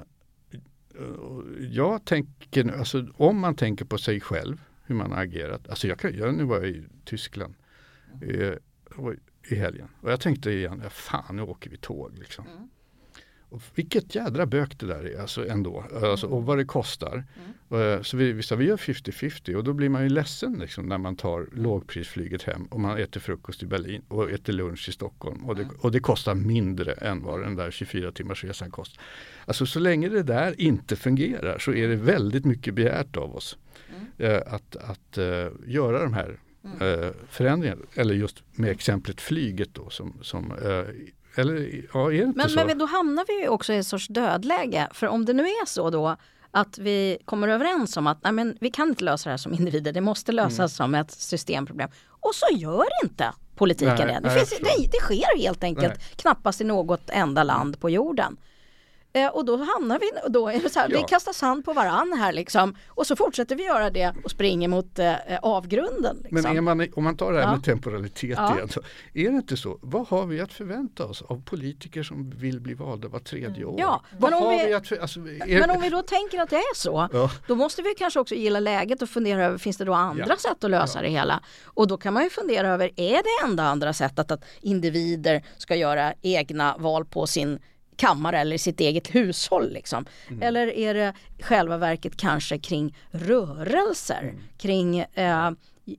Jag tänker, alltså, om man tänker på sig själv, hur man har agerat. Alltså jag, kan, jag nu var jag i Tyskland eh, i helgen. Och jag tänkte igen, ja, fan nu åker vi tåg liksom. Mm. Och vilket jädra bök det där är alltså ändå. Alltså, och vad det kostar. Mm. Så vi, vi sa vi gör femtio femtio och då blir man ju ledsen liksom, när man tar mm. lågprisflyget hem och man äter frukost i Berlin och äter lunch i Stockholm. Och det, mm. och det kostar mindre än vad den där tjugofyra timmars resan kostar. Alltså så länge det där inte fungerar så är det väldigt mycket begärt av oss. Mm. Eh, att att uh, göra de här mm. uh, förändringarna. Eller just med exemplet flyget då som, som uh, eller, ja, är det inte men, så? Men då hamnar vi ju också i en sorts dödläge. För om det nu är så då att vi kommer överens om att nej, men vi kan inte lösa det här som individer. Det måste lösas mm. som ett systemproblem. Och så gör inte politiken nej, det. Det, nej, finns, det. Det sker helt enkelt nej. knappast i något enda land på jorden. Eh, och då hamnar vi, och då är det så här, ja. vi kastar sand på varann här liksom. Och så fortsätter vi göra det och springer mot eh, avgrunden. Liksom. Men är man, om man tar det här ja. med temporalitet ja. igen, så är det inte så? Vad har vi att förvänta oss av politiker som vill bli valda var tredje år? Ja, vad men, om har vi, vi att för, alltså, är, men om vi då tänker att det är så, ja. då måste vi kanske också gilla läget och fundera över, finns det då andra ja. sätt att lösa ja. det hela? Och då kan man ju fundera över, är det enda andra sättet att individer ska göra egna val på sin kammare eller sitt eget hushåll liksom. Mm. Eller är det själva verket kanske kring rörelser, mm. kring eh,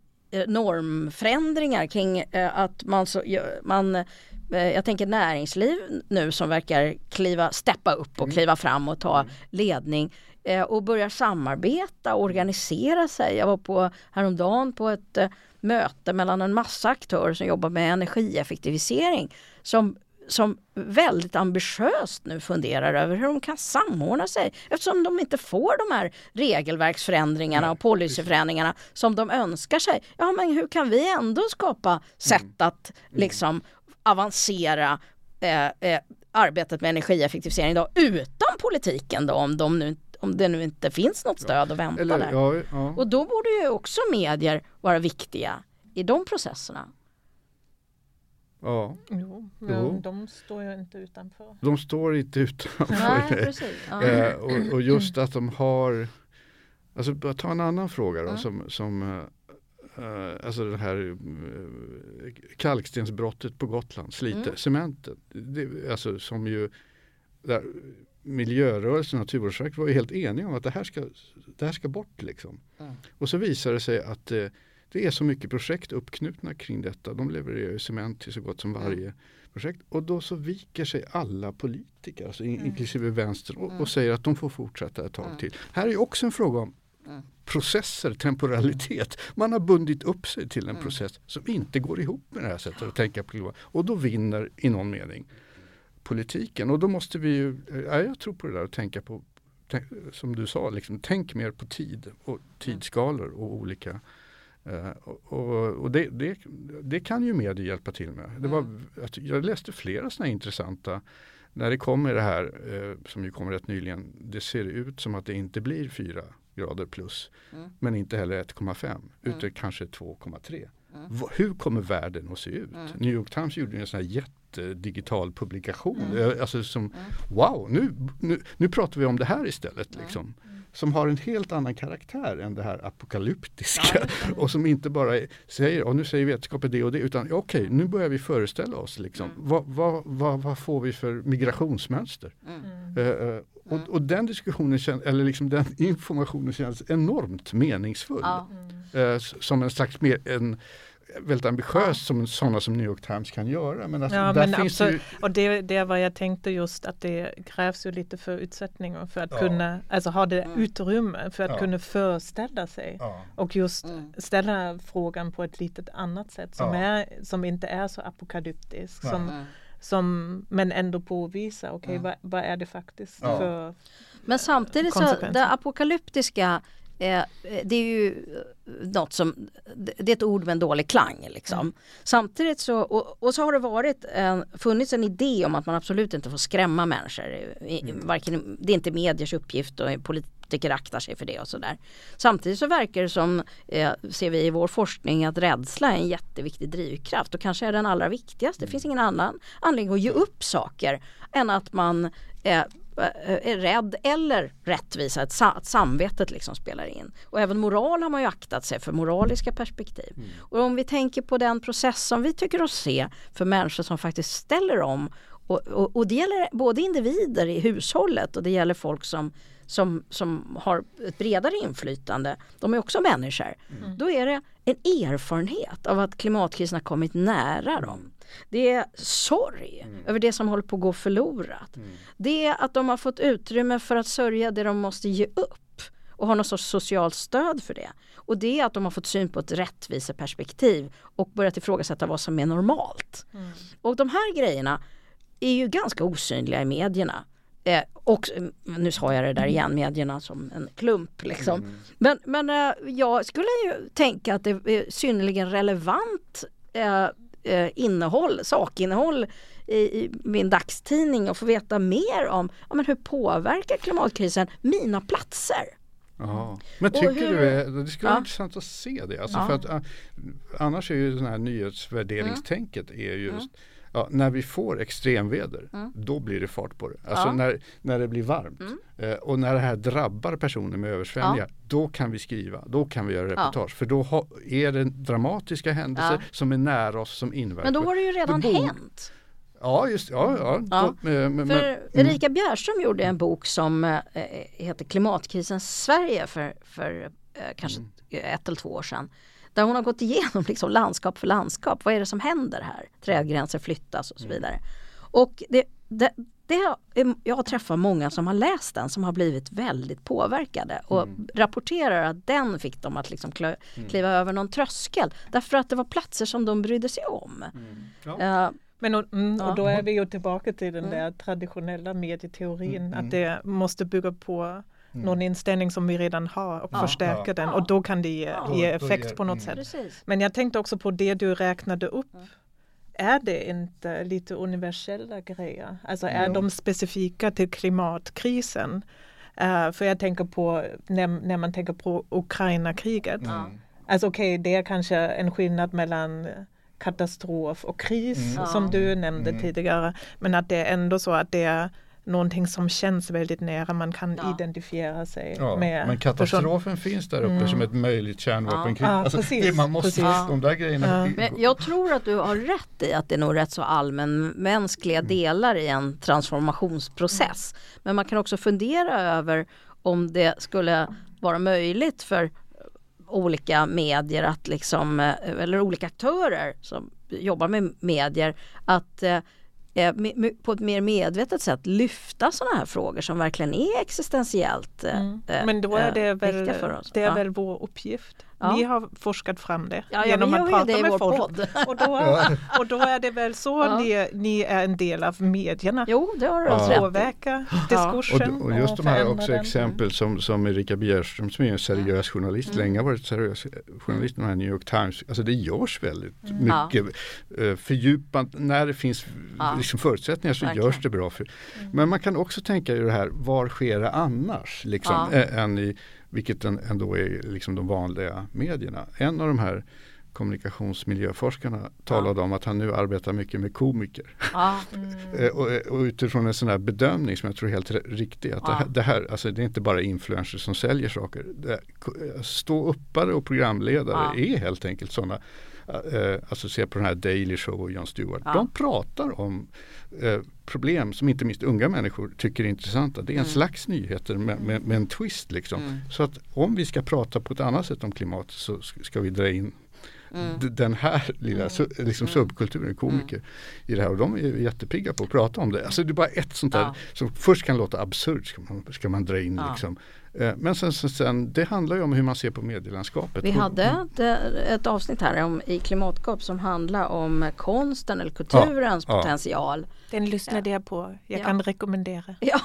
normförändringar, kring eh, att man, så, man eh, jag tänker näringsliv nu som verkar kliva, steppa upp och mm. kliva fram och ta mm. ledning eh, och börja samarbeta och organisera sig. Jag var på häromdagen på ett eh, möte mellan en massa aktörer som jobbar med energieffektivisering som som väldigt ambitiöst nu funderar över hur de kan samordna sig eftersom de inte får de här regelverksförändringarna Nej, och policyförändringarna som de önskar sig. Ja, men hur kan vi ändå skapa sätt mm. att liksom avancera eh, eh, arbetet med energieffektivisering då, utan politiken då, om, de nu, om det nu inte finns något stöd ja. att vänta Eller, där. Ja, ja. Och då borde ju också medier vara viktiga i de processerna. Ja. Jo, men jo. de står ju inte utanför. De står inte utanför. Nej, precis. Ja. Eh, och, och just att de har, alltså bara ta en annan fråga då, ja. som, som eh, alltså det här eh, kalkstensbrottet på Gotland, Slite, mm. cementen, det, alltså som ju där, miljörörelsen och Naturvårdsverket var ju helt eniga om att det här ska, det här ska bort liksom. Mm. Och så visar det sig att eh, det är så mycket projekt uppknutna kring detta. De levererar ju cement till så gott som varje mm. projekt. Och då så viker sig alla politiker, alltså in, mm. inklusive vänster, och, mm. och säger att de får fortsätta ett tag mm. till. Här är ju också en fråga om Mm. Processer, temporalitet. Man har bundit upp sig till en mm. process som inte går ihop med det här sättet att tänka på klimat. Och då vinner i någon mening politiken. Och då måste vi ju, ja, jag tror på det där att tänka på, tänk, som du sa, liksom, tänk mer på tid och tidsskalor och olika. Uh, och och det, det, det kan ju medier hjälpa till med. Det var, jag läste flera sådana intressanta, när det kommer det här uh, som ju kommer rätt nyligen, det ser ut som att det inte blir fyra grader plus, mm. men inte heller ett komma fem, mm. utan kanske två komma tre. Mm. V- hur kommer världen att se ut? Mm. New York Times gjorde en sån här jättedigital publikation. Mm. Alltså som, mm. wow, nu, nu, nu pratar vi om det här istället. Mm. Liksom. Mm. Som har en helt annan karaktär än det här apokalyptiska. Ja, och som inte bara säger, och nu säger vetenskapen det och det, utan okej, okay, nu börjar vi föreställa oss liksom, mm. vad, vad, vad, vad får vi för migrationsmönster? Mm. Uh, och, och den diskussionen, kän, eller liksom den informationen känns enormt meningsfull. Ja. Mm. Uh, som en slags mer, en väldigt ambitiös ja. som sådana som New York Times kan göra. Men alltså, ja, där men finns absolut. ju... Och det, det var jag tänkte just att det krävs ju lite förutsättningar för att ja. kunna, alltså ha det mm. utrymme för att ja. kunna föreställa sig ja. och just mm. ställa frågan på ett litet annat sätt som, ja. är, som inte är så apokalyptisk ja. som, mm. som, men ändå påvisa, okej, okay, mm. vad, vad är det faktiskt ja. för Men samtidigt så det apokalyptiska Eh, det är ju något som, det är ett ord med en dålig klang liksom. Mm. Samtidigt så, och, och så har det varit en, funnits en idé om att man absolut inte får skrämma människor. Mm. Varken, det är inte mediers uppgift och politiker aktar sig för det och sådär. Samtidigt så verkar det som, eh, ser vi i vår forskning, att rädsla är en jätteviktig drivkraft och kanske är den allra viktigaste. Det finns ingen annan anledning att ge upp saker än att man eh, är rädd eller rättvisa, att, att samvetet liksom spelar in. Och även moral har man ju aktat sig för moraliska perspektiv. Mm. Och om vi tänker på den process som vi tycker oss se för människor som faktiskt ställer om, och, och, och det gäller både individer i hushållet och det gäller folk som, som, som har ett bredare inflytande, de är också människor. Mm. Då är det en erfarenhet av att klimatkrisen har kommit nära dem. Det är sorg mm. över det som håller på att gå förlorat. Mm. Det är att de har fått utrymme för att sörja det de måste ge upp och ha någon sorts socialt stöd för det. Och det är att de har fått syn på ett rättviseperspektiv och börjat ifrågasätta vad som är normalt. Mm. Och de här grejerna är ju ganska osynliga i medierna. Eh, och nu sa jag det där igen, medierna som en klump liksom. Mm. Men, men eh, jag skulle ju tänka att det är synnerligen relevant eh, eh, innehåll, sakinnehåll i, i min dagstidning och få veta mer om ja, men hur påverkar klimatkrisen mina platser. Ja. Men tycker hur, du det skulle vara ja. intressant att se det alltså ja. för att uh, annars är ju den här nyhetsvärderingstänket mm. är just mm. Ja, när vi får extremväder, mm. då blir det fart på det. Alltså ja. när, när det blir varmt. Mm. Eh, och när det här drabbar personer med översvämningar, ja. då kan vi skriva, då kan vi göra reportage. Ja. För då ha, är det dramatiska händelser ja. som är nära oss som inverkar. Men då har det ju redan då, hänt. Ja, just ja. ja, ja. Då, med, med, för med, Erika Bjärström gjorde en bok som eh, heter Klimatkrisens Sverige för, för eh, kanske mm. ett eller två år sedan. Där hon har gått igenom liksom landskap för landskap. Vad är det som händer här? Trädgränser flyttas och så vidare. Mm. Och det, det, det har, jag har träffat många som har läst den som har blivit väldigt påverkade och mm. rapporterar att den fick dem att liksom klö, kliva mm. över någon tröskel. Därför att det var platser som de brydde sig om. Mm. Ja. Uh, Men och, mm, och då är vi ju tillbaka till den mm. där traditionella medieteorin. Mm. Att det måste bygga på Mm. någon inställning som vi redan har och ja, förstärka ja. den och då kan det ge, ja. ge effekt på något mm. sätt. Precis. Men jag tänkte också på det du räknade upp. Mm. Är det inte lite universella grejer? Alltså är mm. de specifika till klimatkrisen? Uh, för jag tänker på när, när man tänker på Ukraina-kriget. Mm. Alltså okej, okay, det är kanske en skillnad mellan katastrof och kris mm. som du nämnde mm. tidigare. Men att det är ändå så att det är någonting som känns väldigt nära, man kan ja. identifiera sig ja, med. Men katastrofen person. finns där uppe mm. som ett möjligt kärnvapenkrig. Ja. Alltså, Ja, det, man måste ja. de där grejerna. Ja. Men jag tror att du har rätt i att det är nog rätt så allmänmänskliga mm. delar i en transformationsprocess. Mm. Men man kan också fundera över om det skulle vara möjligt för olika medier att liksom, eller olika aktörer som jobbar med medier att eh, med, på ett mer medvetet sätt lyfta sådana här frågor som verkligen är existentiellt mm. eh, Men då är det väl, viktiga för oss. Det är ja. väl vår uppgift. Ja. Ni har forskat fram det ja, genom ja, att prata det med vår folk. Podd. Och, då, och då är det väl så ja. ni, ni är en del av medierna. Jo, det har du ja. rätt. Påverka diskursen. Och, och just och de här också den. exempel som, som Erika Bjerström som är en seriös journalist, mm. länge har varit seriös journalist i New York Times. Alltså det görs väldigt mm. mycket ja. fördjupat. När det finns ja. liksom förutsättningar så verkligen. Görs det bra. För. Mm. Men man kan också tänka i det här, var sker det annars? Liksom, ja. än i, vilket ändå är liksom de vanliga medierna. En av de här kommunikationsmiljöforskarna talade ja. om att han nu arbetar mycket med komiker. Ja. Mm. och, och utifrån en sån här bedömning som jag tror är helt riktig. Att ja. det, här, det här, alltså det är inte bara influencers som säljer saker. Det, stå-uppare och programledare ja. är helt enkelt sådana. Uh, alltså se på den här Daily Show och Jon Stewart. Ja. De pratar om uh, problem som inte minst unga människor tycker är intressanta. Det är en mm. slags nyheter med, med, med en twist liksom. Mm. Så att om vi ska prata på ett annat sätt om klimat så ska vi dra in Mm. d- den här lilla mm. su- liksom mm. subkulturen, komiker mm. i det här, och de är jättepigga på att prata om det. Alltså det är bara ett sånt där ja. som först kan låta absurt ska man, ska man dra in ja. liksom. Eh, men sen, sen, sen, det handlar ju om hur man ser på medielandskapet. Vi hade det, ett avsnitt här om, i Klimatgap som handlar om konsten eller kulturens ja. potential. Ja. Den lyssnade jag på. Jag ja. kan rekommendera. Ja.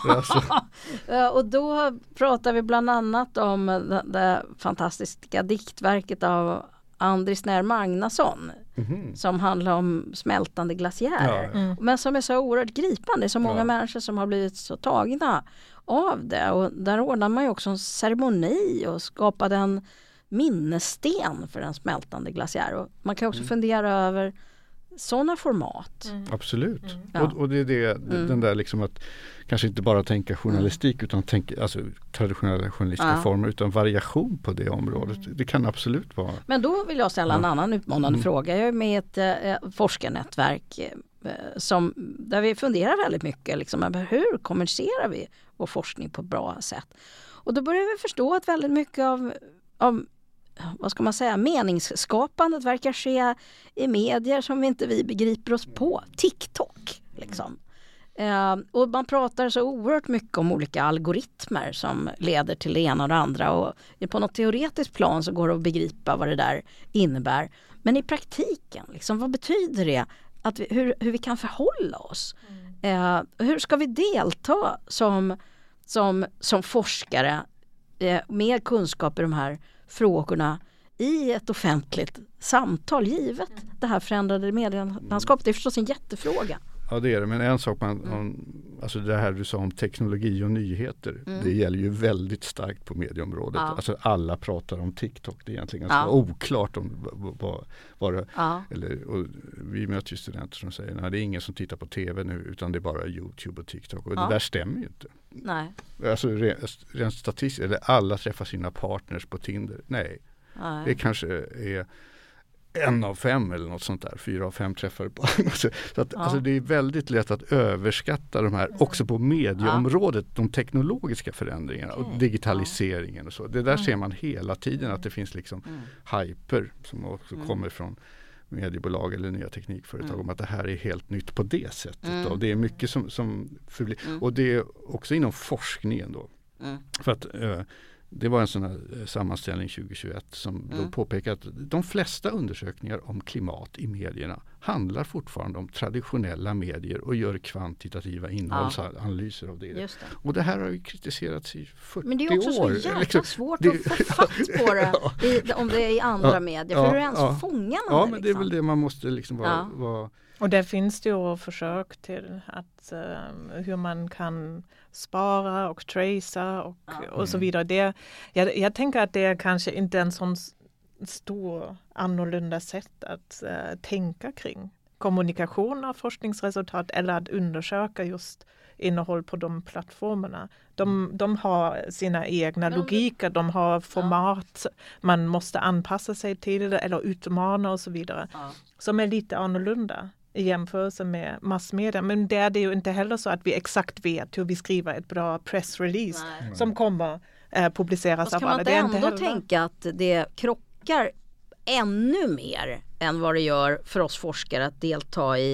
Och då pratar vi bland annat om det, det fantastiska diktverket av Andris När Magnusson mm-hmm. som handlar om smältande glaciärer. Ja. Mm. Men som är så oerhört gripande. Det är så många ja. människor som har blivit så tagna av det. Och där ordnar man ju också en ceremoni och skapade en minnessten för en smältande glaciär. Och man kan också mm. fundera över sådana format. Mm. Absolut. Mm. Ja. Och, och det är det, mm. den där liksom att kanske inte bara tänka journalistik mm. utan tänka, alltså traditionella journalistiska ja. former, utan variation på det området. Mm. Det kan absolut vara. Men då vill jag ställa en ja. annan utmanande mm. fråga. Jag är med i ett eh, forskarnätverk eh, som, där vi funderar väldigt mycket liksom, hur kommunicerar vi vår forskning på ett bra sätt. Och då börjar vi förstå att väldigt mycket av, av vad ska man säga, meningsskapandet verkar ske i medier som inte vi begriper oss på. TikTok liksom. Eh, och man pratar så oerhört mycket om olika algoritmer som leder till det ena och det andra, och på något teoretiskt plan så går det att begripa vad det där innebär. Men i praktiken, liksom, vad betyder det? Att vi, hur, hur vi kan förhålla oss? Eh, hur ska vi delta som, som, som forskare eh, med kunskap i de här frågorna i ett offentligt samtal, givet mm. det här förändrade medielandskapet? Det är förstås en jättefråga. Ja, det är det, men en sak man, mm. om, alltså det här du sa om teknologi och nyheter, mm. det gäller ju väldigt starkt på medieområdet. Ja. Alltså alla pratar om TikTok, det är egentligen ganska ja. oklart om vad, vad det, ja. eller, och vi möter ju studenter som säger att det är ingen som tittar på tv nu utan det är bara YouTube och TikTok, och ja. det där stämmer ju inte. Nej. Alltså rent, rent statistiskt, eller alla träffar sina partners på Tinder. Nej, Nej. det kanske är en av fem eller något sånt där. Fyra av fem träffar på. Så att, ja. alltså, det är väldigt lätt att överskatta de här, också på medieområdet, ja. de teknologiska förändringarna okay. och digitaliseringen och så. Det där mm. ser man hela tiden, att det finns liksom mm. hyper som också mm. kommer från mediebolag eller nya teknikföretag mm. om att det här är helt nytt på det sättet. Mm. Och det är mycket som, som förblir. Mm. Och det är också inom forskningen då. Mm. För att äh, det var en sån här sammanställning tjugohundratjugoett som mm. då påpekar att de flesta undersökningar om klimat i medierna handlar fortfarande om traditionella medier och gör kvantitativa innehållsanalyser ja. av det. Just det. Och det här har ju kritiserats i fyrtio år. Men det är också så jävla liksom, svårt det, att få fatt på det i, om det är i andra ja, medier. För ja, hur ens ja. fångar man Ja, det, men liksom? det är väl det man måste liksom vara... Ja. vara Och där finns det ju försök till att uh, hur man kan spara och tracea och, ja. och så vidare. Det, jag, jag tänker att det är kanske inte en sån stor annorlunda sätt att uh, tänka kring kommunikation av forskningsresultat eller att undersöka just innehåll på de plattformarna. De, de har sina egna logiker, de har format man måste anpassa sig till eller utmana och så vidare. Ja. Som är lite annorlunda i jämförelse med massmedia. Men det är det ju inte heller så att vi exakt vet hur vi skriver ett bra pressrelease Nej. som kommer eh, publiceras av alla. Det är inte ändå tänka att det krockar ännu mer än vad det gör för oss forskare att delta i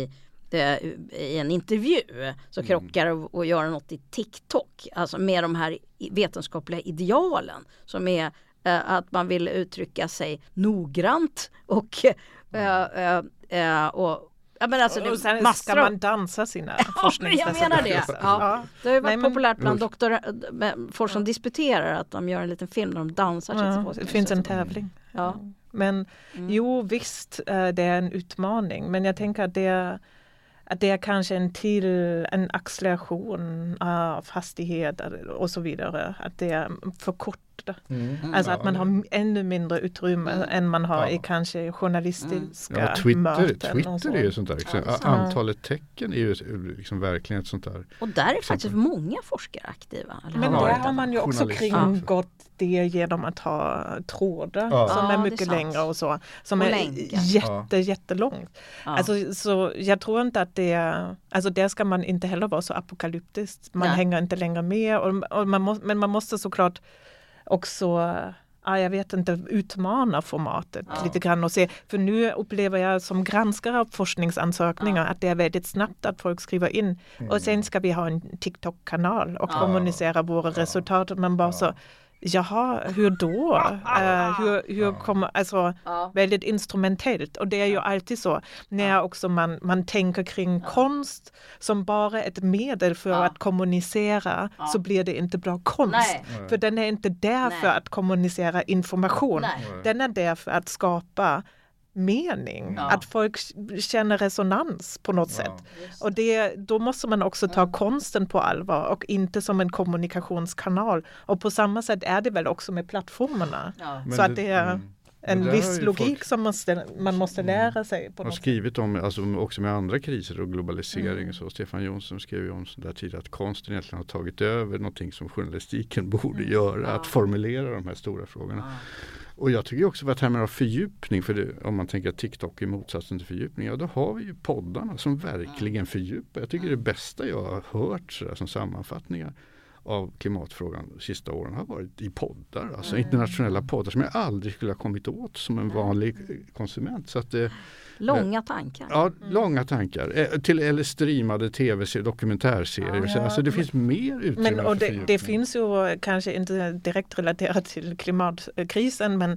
i en intervju så krockar och, och gör något i TikTok, alltså med de här vetenskapliga idealen som är eh, att man vill uttrycka sig noggrant och, eh, eh, eh, och ja, men alltså, och sen ska man dansa sina forskningsresultat. Ja, jag menar det. Ja. Ja. Det har ju varit Nej, men, populärt bland doktor, folk som ja. disputerar att de gör en liten film där de dansar. Ja, det finns en tävling. Ja. Men mm. jo, visst, det är en utmaning. Men jag tänker att det är, att det är kanske en till en acceleration av hastighet och så vidare. Att det är för kort. Mm. Alltså att man har ännu mindre utrymme mm. än man har ja. i kanske journalistiska ja, Twitter, möten. Twitter är ju sånt där. Liksom. Ja. Antalet tecken är ju liksom verkligen ett sånt där. Och där är faktiskt många forskare aktiva. Eller? Men där har man ju också kringgått det genom att ha trådar ja. som ja, är mycket är längre och så. Som och är länka. jätte, jättelångt. Ja. Alltså, så jag tror inte att det är, alltså där ska man inte heller vara så apokalyptisk. Man Nej. hänger inte längre med. Och, och man må, men man måste såklart också, ja, jag vet inte, utmana formatet ja. lite grann och se. För nu upplever jag som granskare av forskningsansökningar ja. att det är väldigt snabbt att folk skriver in. Mm. Och sen ska vi ha en TikTok-kanal och ja. kommunicera våra ja. resultat. Men bara ja. så, jaha, hur då? Uh, hur hur ja. kommer, alltså ja. väldigt instrumentellt. Och det är ju alltid så, när ja. också man, man tänker kring ja. konst som bara ett medel för ja. att kommunicera ja. så blir det inte bra konst. Nej. För den är inte där Nej. för att kommunicera information. Nej. Den är där för att skapa mening. Ja. Att folk känner resonans på något ja. sätt. Och det, då måste man också ta mm. konsten på allvar och inte som en kommunikationskanal. Och på samma sätt är det väl också med plattformarna. Ja. Så det, att det är mm. en viss logik folk, som måste, man måste lära sig. På har något skrivit om, alltså också med andra kriser och globalisering. Mm. Så Stefan Jonsson skrev ju om där tidigare att konsten egentligen har tagit över någonting som journalistiken borde mm. göra. Ja. Att formulera de här stora frågorna. Ja. Och jag tycker också att termer av fördjupning, för det, om man tänker att TikTok är motsatsen till fördjupning, ja då har vi ju poddarna som verkligen fördjupar. Jag tycker det bästa jag har hört sådär, som sammanfattningar av klimatfrågan de sista åren har varit i poddar, alltså mm. internationella poddar som jag aldrig skulle ha kommit åt som en vanlig konsument. Så att det, långa tankar. Ja, mm. långa tankar. Till, eller streamade tv-serier, dokumentärserier. Ja. Alltså det finns mer utrymme men, och för det, det finns ju kanske inte direkt relaterat till klimatkrisen, men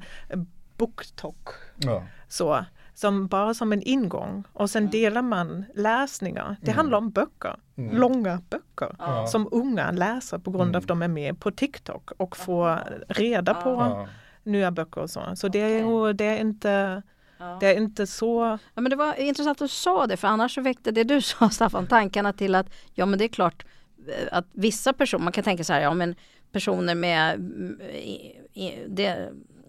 BookTok. Ja. Så, som bara som en ingång. Och sen delar man läsningar. Det mm. handlar om böcker. Mm. Långa böcker. Ja. Som unga läser på grund av att de är med på TikTok. Och får reda på ja. nya böcker och så. Så det är ju det är inte... Ja. Det är inte så... Ja, men det var intressant att du sa det, för annars så väckte det du sa, Staffan, tankarna till att ja, men det är klart att vissa personer, man kan tänka så här, ja men personer med i, i, det,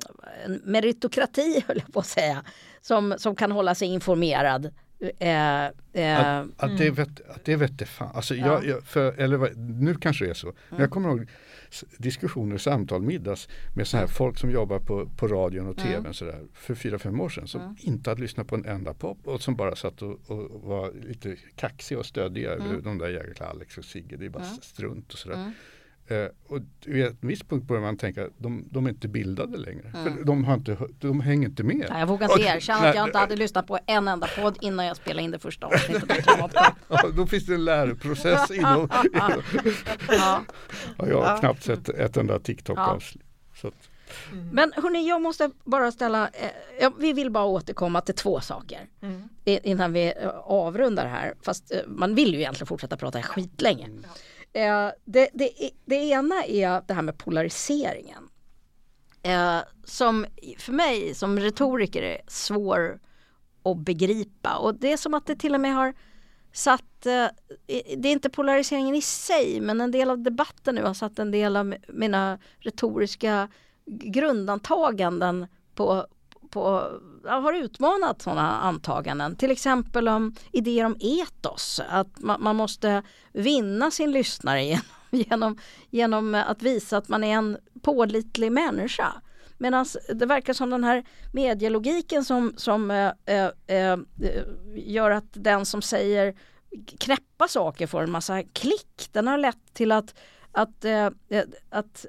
en meritokrati, höll jag på att säga, som, som kan hålla sig informerad. Eh, eh, att, att, det vet, att det vet det fan. Alltså, ja. jag, jag, för, eller, nu kanske det är så. Mm. Men jag kommer ihåg diskussioner, samtal, middags med så här folk som jobbar på, på radion och tvn mm. så där, för fyra, fem år sedan som mm. inte hade lyssnat på en enda pop och som bara satt och, och var lite kaxiga och stödiga mm. över de där jäkla Alex och Sigge. Det är bara mm. strunt och sådär. Mm. Uh, och vid en viss punkt börjar man tänka de, de är inte bildade längre. Mm. För de, har inte, de hänger inte med. Nej, jag vågar inte erkänna att jag inte hade lyssnat på en enda podd innan jag spelade in det första avsnittet. Ja, då finns det en läroprocess inom. ja. Ja, jag har ja. knappt sett ett enda TikTok-avsnitt. Ja. Mm. Men hörni, jag måste bara ställa, eh, vi vill bara återkomma till två saker mm. innan vi eh, avrundar här. Fast eh, man vill ju egentligen fortsätta prata skitlänge. Mm. Eh, det, det, det ena är det här med polariseringen. Eh, som för mig som retoriker är svår att begripa. Och det är som att det till och med har satt, eh, det är inte polariseringen i sig, men en del av debatten nu har satt en del av mina retoriska grundantaganden på, på jag har utmanat sådana antaganden. Till exempel om idéer om etos. Att man, man måste vinna sin lyssnare genom, genom, genom att visa att man är en pålitlig människa. Medan det verkar som den här medielogiken som, som äh, äh, gör att den som säger knäppa saker får en massa klick. Den har lett till att, att, äh, att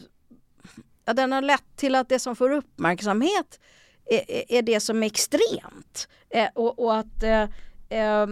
ja, den har lett till att det som får uppmärksamhet är, är det som är extremt. Eh, och, och att eh, eh,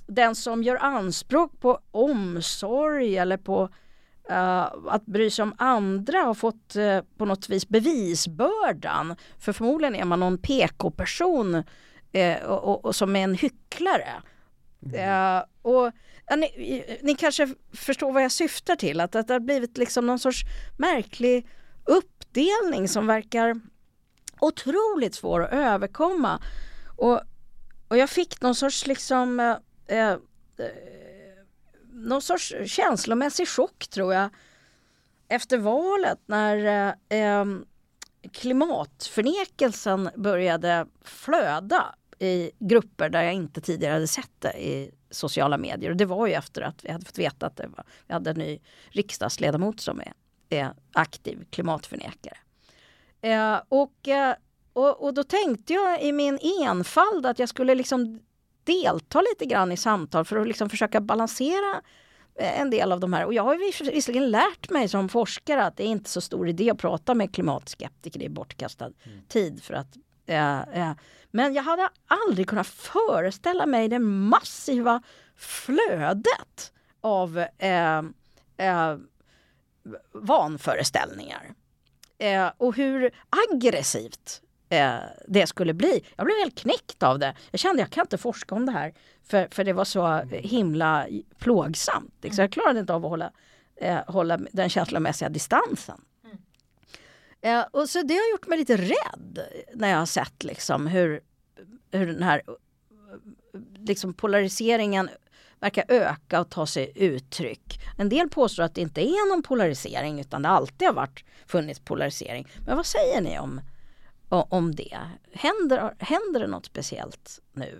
den som gör anspråk på omsorg eller på uh, att bry sig om andra har fått uh, på något vis bevisbördan. För förmodligen är man någon P K-person uh, och, och, och som är en hycklare. Mm. Uh, och ja, ni, ni kanske förstår vad jag syftar till. Att, att det har blivit liksom någon sorts märklig uppdelning som verkar otroligt svår att överkomma. Och, och jag fick någon sorts liksom eh, eh, någon sorts känslomässig chock, tror jag, efter valet när eh, klimatförnekelsen började flöda i grupper där jag inte tidigare hade sett det i sociala medier. Och det var ju efter att vi hade fått veta att det var, vi hade en ny riksdagsledamot som är, är aktiv klimatförnekare. Eh, och, eh, och, och då tänkte jag i min enfald att jag skulle liksom delta lite grann i samtal för att liksom försöka balansera en del av de här. Och jag har ju visserligen lärt mig som forskare att det är inte så stor idé att prata med klimatskeptiker. Det är bortkastad mm. tid för att eh, eh. Men jag hade aldrig kunnat föreställa mig det massiva flödet av eh, eh, vanföreställningar. Eh, och hur aggressivt eh, det skulle bli. Jag blev helt knäckt av det. Jag kände att jag kan inte forska om det här. För, för det var så himla plågsamt. Liksom. Jag klarade inte av att hålla, eh, hålla den känslomässiga distansen. Mm. Eh, och så det har gjort mig lite rädd när jag har sett liksom, hur, hur den här liksom, polariseringen verkar öka och ta sig uttryck. En del påstår att det inte är någon polarisering utan det alltid har varit funnits polarisering. Men vad säger ni om, om det? Händer, händer det något speciellt nu?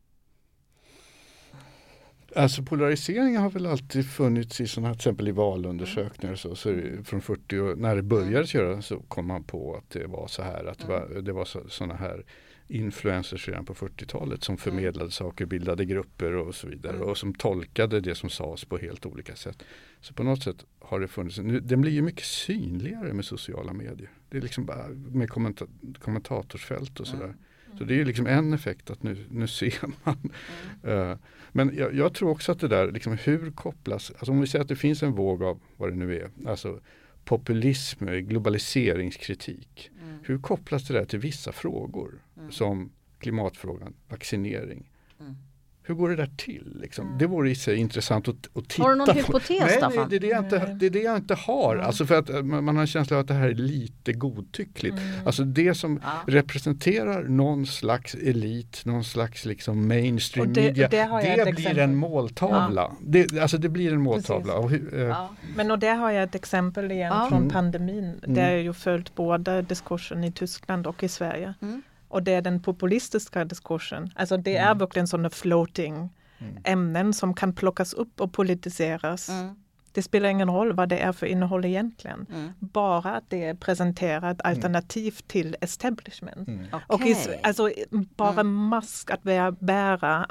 Alltså polarisering har väl alltid funnits i sådana här, till exempel i valundersökningar så, så det, från fyrtio år, när det började köra så kom man på att det var så här, att det var, det var så, sådana här influencers redan på fyrtiotalet som förmedlade mm. saker, bildade grupper och så vidare mm. och som tolkade det som sades på helt olika sätt. Så på något sätt har det funnits, nu, den blir ju mycket synligare med sociala medier. Det är liksom bara med kommenta- kommentatorsfält och sådär. Mm. Så det är ju liksom en effekt att nu, nu ser man. Mm. Uh, men jag, jag tror också att det där, liksom hur kopplas, alltså om vi säger att det finns en våg av vad det nu är, alltså populism, globaliseringskritik. Mm. Hur kopplas det där till vissa frågor mm. som klimatfrågan, vaccinering? Mm. Hur går det där till? Liksom? Mm. Det vore i sig intressant att, att titta på. Har du någon på. hypotes, Nej, Staffan? det är det, jag inte, det är det jag inte har. Mm. Alltså för att man, man har en känsla av att det här är lite godtyckligt. Mm. Alltså det som ja. representerar någon slags elit, någon slags liksom mainstream det, media, det, det blir exempel. en måltavla. Ja. Det, alltså det blir en måltavla. Och, uh, ja. Men och där har jag ett exempel igen ja. från mm. pandemin. Mm. Där jag ju följt både diskursen i Tyskland och i Sverige. Mm. Och det är den populistiska diskursen. Alltså det mm. är verkligen sådana floating mm. ämnen som kan plockas upp och politiseras. Mm. Det spelar ingen roll vad det är för innehåll egentligen. Mm. Bara att det presenterar ett alternativ mm. till establishment. Mm. Okay. Och i, alltså bara mm. mask, att bära, bära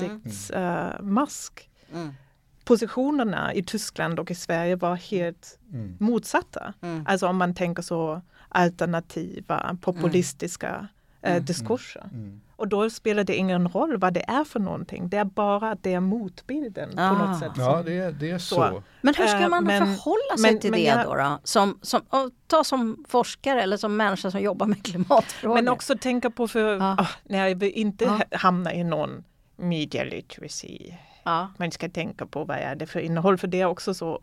ansiktsmask. Mm. Uh, mm. Positionerna i Tyskland och i Sverige var helt mm. motsatta. Mm. Alltså om man tänker så alternativa, populistiska mm. Mm, diskurser. Mm, mm. Och då spelar det ingen roll vad det är för någonting. Det är bara att det är motbilden ah. på något sätt. Ja, det är, det är så. så. Men hur ska man uh, men, förhålla sig men, till men det jag, då? då? Som, som, ta som forskare eller som människa som jobbar med klimatfrågor. Men också tänka på för, ah. oh, när jag vill inte ah. hamna i någon media literacy. Ah. Man ska tänka på vad är det för innehåll. För det är också så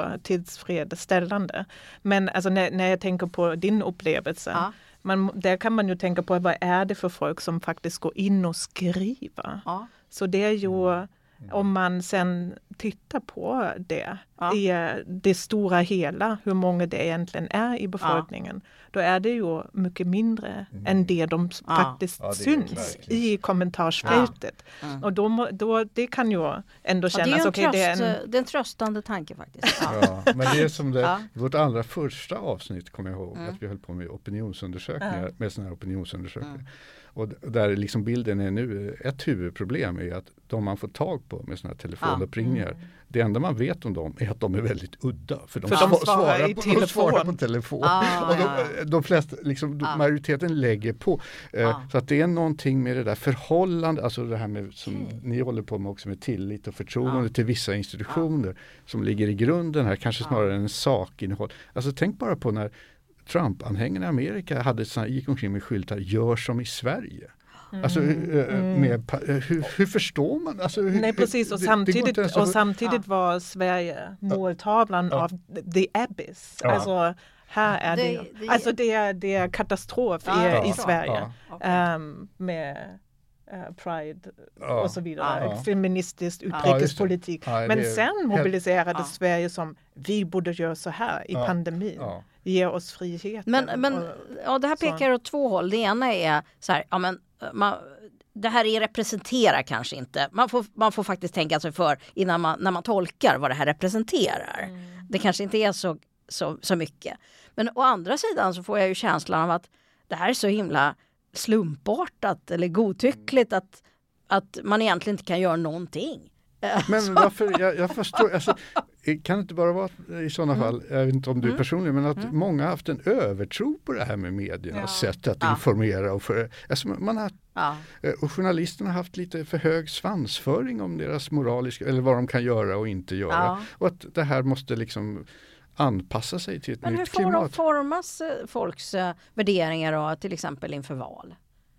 otillfredsställande. Men alltså, när, när jag tänker på din upplevelse. Ah. Man, där kan man ju tänka på vad är det för folk som faktiskt går in och skriver. Ja. Så det är ju, mm. om man sen tittar på det ja. i det stora hela, hur många det egentligen är i befolkningen, ja. då är det ju mycket mindre mm. än det de ja. faktiskt ja, det syns i kommentarsfältet. Ja. Mm. Och då, då, det kan ju ändå kännas... Ja, det, är okay, det, är en, det är en tröstande tanke faktiskt. Ja. Ja, men det är som det, ja. vårt allra första avsnitt kommer jag ihåg, mm. att vi höll på med opinionsundersökningar, mm. med sådana här opinionsundersökningar. Mm. Och där liksom bilden är nu, ett huvudproblem är att de man får tag på med sådana här telefonuppringningar, mm. det enda man vet om dem är att de är väldigt udda. För de, för svar, de svarar, svarar, i på, telefon. de svarar på telefon. Ah, och de, ja. de flesta, liksom, ah. majoriteten lägger på. Eh, ah. Så att det är någonting med det där förhållande, alltså det här med, som okay. ni håller på med också med tillit och förtroende ah. till vissa institutioner ah. som ligger i grunden här, kanske snarare ah. än sakinnehåll. Alltså tänk bara på när Trump-anhängarna i Amerika hade såna, gick omkring med skyltar, gör som i Sverige. Mm. Alltså, mm. med, hur, hur förstår man? Alltså, hur, Nej, precis. Och det, samtidigt, det och samtidigt ja. var Sverige måltavlan ja. av the abyss. Ja. Alltså, här är det, det, det alltså det är, det är katastrof ja. i, ja. i Sverige. Ja. Um, med uh, Pride ja. och så vidare. Ja. Feministiskt utrikespolitik. Ja, Men sen mobiliserade ja. Sverige som vi borde göra så här i ja. pandemin. Ja. Ge oss friheten. Men, men och, ja, det här pekar åt två håll. Det ena är så här, ja men man, det här är representerar kanske inte. Man får, man får faktiskt tänka sig för innan man, när man tolkar vad det här representerar. Mm. Det kanske inte är så, så, så mycket. Men å andra sidan så får jag ju känslan av att det här är så himla slumpartat eller godtyckligt att, att man egentligen inte kan göra någonting. Men varför, jag, jag förstår, alltså, kan det inte bara vara i sådana mm. fall, jag vet inte om du mm. personligen, men att mm. många har haft en övertro på det här med medierna, ja. sätt att ja. informera och för, alltså man har, ja. och journalisterna har haft lite för hög svansföring om deras moraliska, eller vad de kan göra och inte göra. Ja. Och att det här måste liksom anpassa sig till ett men nytt klimat. Men hur formas folks uh, värderingar då, till exempel inför val?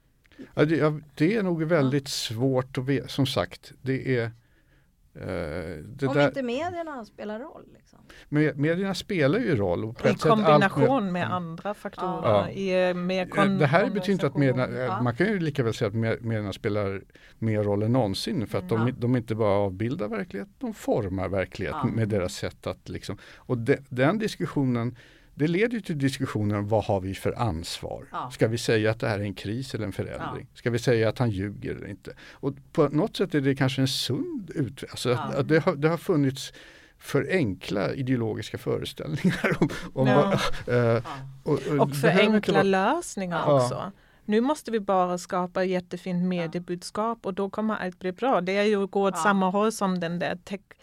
Ja, det, ja, det är nog väldigt ja. svårt att veta, som sagt, det är Uh, det Om där, inte medierna spelar roll liksom. Med, medierna spelar ju roll. Och I kombination med, med andra faktorer. Ja. I, med kon- det här betyder inte att medierna, ja. man kan ju lika väl säga att medierna spelar mer roll än någonsin. För att mm. de, de inte bara avbildar verklighet, de formar verklighet ja. med deras sätt att liksom. Och de, den diskussionen, det leder ju till diskussioner om vad har vi för ansvar. Ja. Ska vi säga att det här är en kris eller en förändring? Ja. Ska vi säga att han ljuger eller inte? Och på något sätt är det kanske en sund utveckling. Alltså ja. att det, har, det har funnits för enkla ideologiska föreställningar. Om, om ja. vad, äh, och, och, och för enkla vara... lösningar ja. också. Nu måste vi bara skapa jättefint mediebudskap och då kommer allt bli bra. Det är ju gå åt ja. samma håll som den där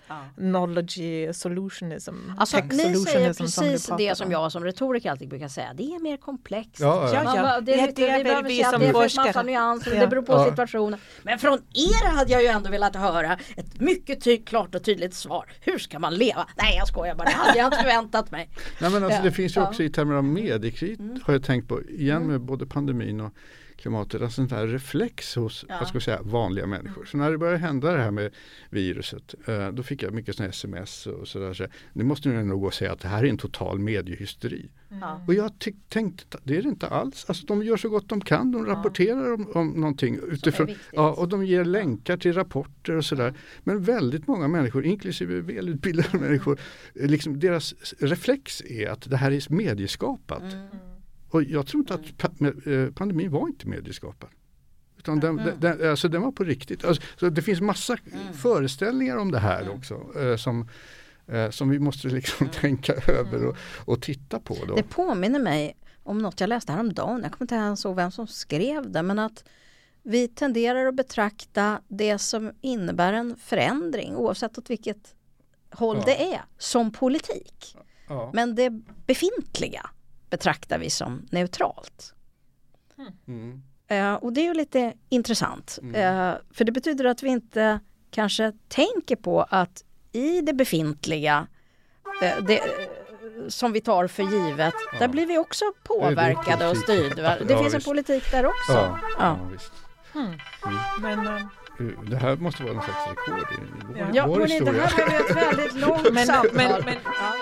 technology solutionism. Alltså tech ni säger precis som det som jag som retoriker alltid brukar säga. Det är mer komplext. Ja, ja. Man, ja, det är, det är väl vi som det är forskare. massa nyanser, ja. det beror på ja. situationen. Men från er hade jag ju ändå velat höra ett mycket ty- klart och tydligt svar. Hur ska man leva? Nej, jag skojar bara. Det hade jag inte förväntat mig. Nej, men alltså, det finns ju också i termer av mediekrit mm. har jag tänkt på igen med både pandemin och klimatet, en sån här reflex hos ja. vad ska jag säga, vanliga människor. Så när det började hända det här med viruset, eh, då fick jag mycket såna sms och sådär. Så nu måste ni nog gå och säga att det här är en total mediehysteri. Mm. Och jag ty- tänkte, det är det inte alls. Alltså de gör så gott de kan, de rapporterar ja. om, om någonting utifrån, ja, och de ger länkar till rapporter och sådär. Men väldigt många människor, inklusive välutbildade mm. människor, liksom deras reflex är att det här är medieskapat. Mm. Och jag tror inte att pa- pandemin var inte medieskapad. Utan den, mm. den, den, alltså den var på riktigt. Alltså, så det finns massa mm. föreställningar om det här mm. också. Eh, som, eh, som vi måste liksom mm. tänka över och, och titta på. Då. Det påminner mig om något jag läste häromdagen. Jag kommer inte ens ihåg vem som skrev det. Men att vi tenderar att betrakta det som innebär en förändring. Oavsett åt vilket håll ja. det är. Som politik. Ja. Men det befintliga betraktar vi som neutralt. Mm. Uh, och det är ju lite intressant. Mm. Uh, för det betyder att vi inte kanske tänker på att i det befintliga uh, det, uh, som vi tar för givet, ja. där blir vi också påverkade och styrda. Det ja, finns visst. en politik där också. Ja, ja. ja visst. Mm. Mm. Men, uh, det här måste vara någon slags rekord i vår, ja. ja, vår historia. Det här är ett väldigt långt men, samtal. Men, men, ja.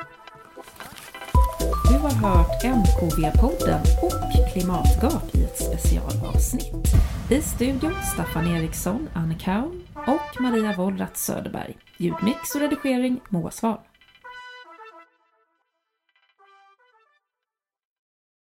Du har hört M K V-podden och Klimatgap i ett specialavsnitt. I studion Staffan Eriksson, Anne Kaun och Maria Wollratz Söderberg. Ljudmix och redigering Moa Svar.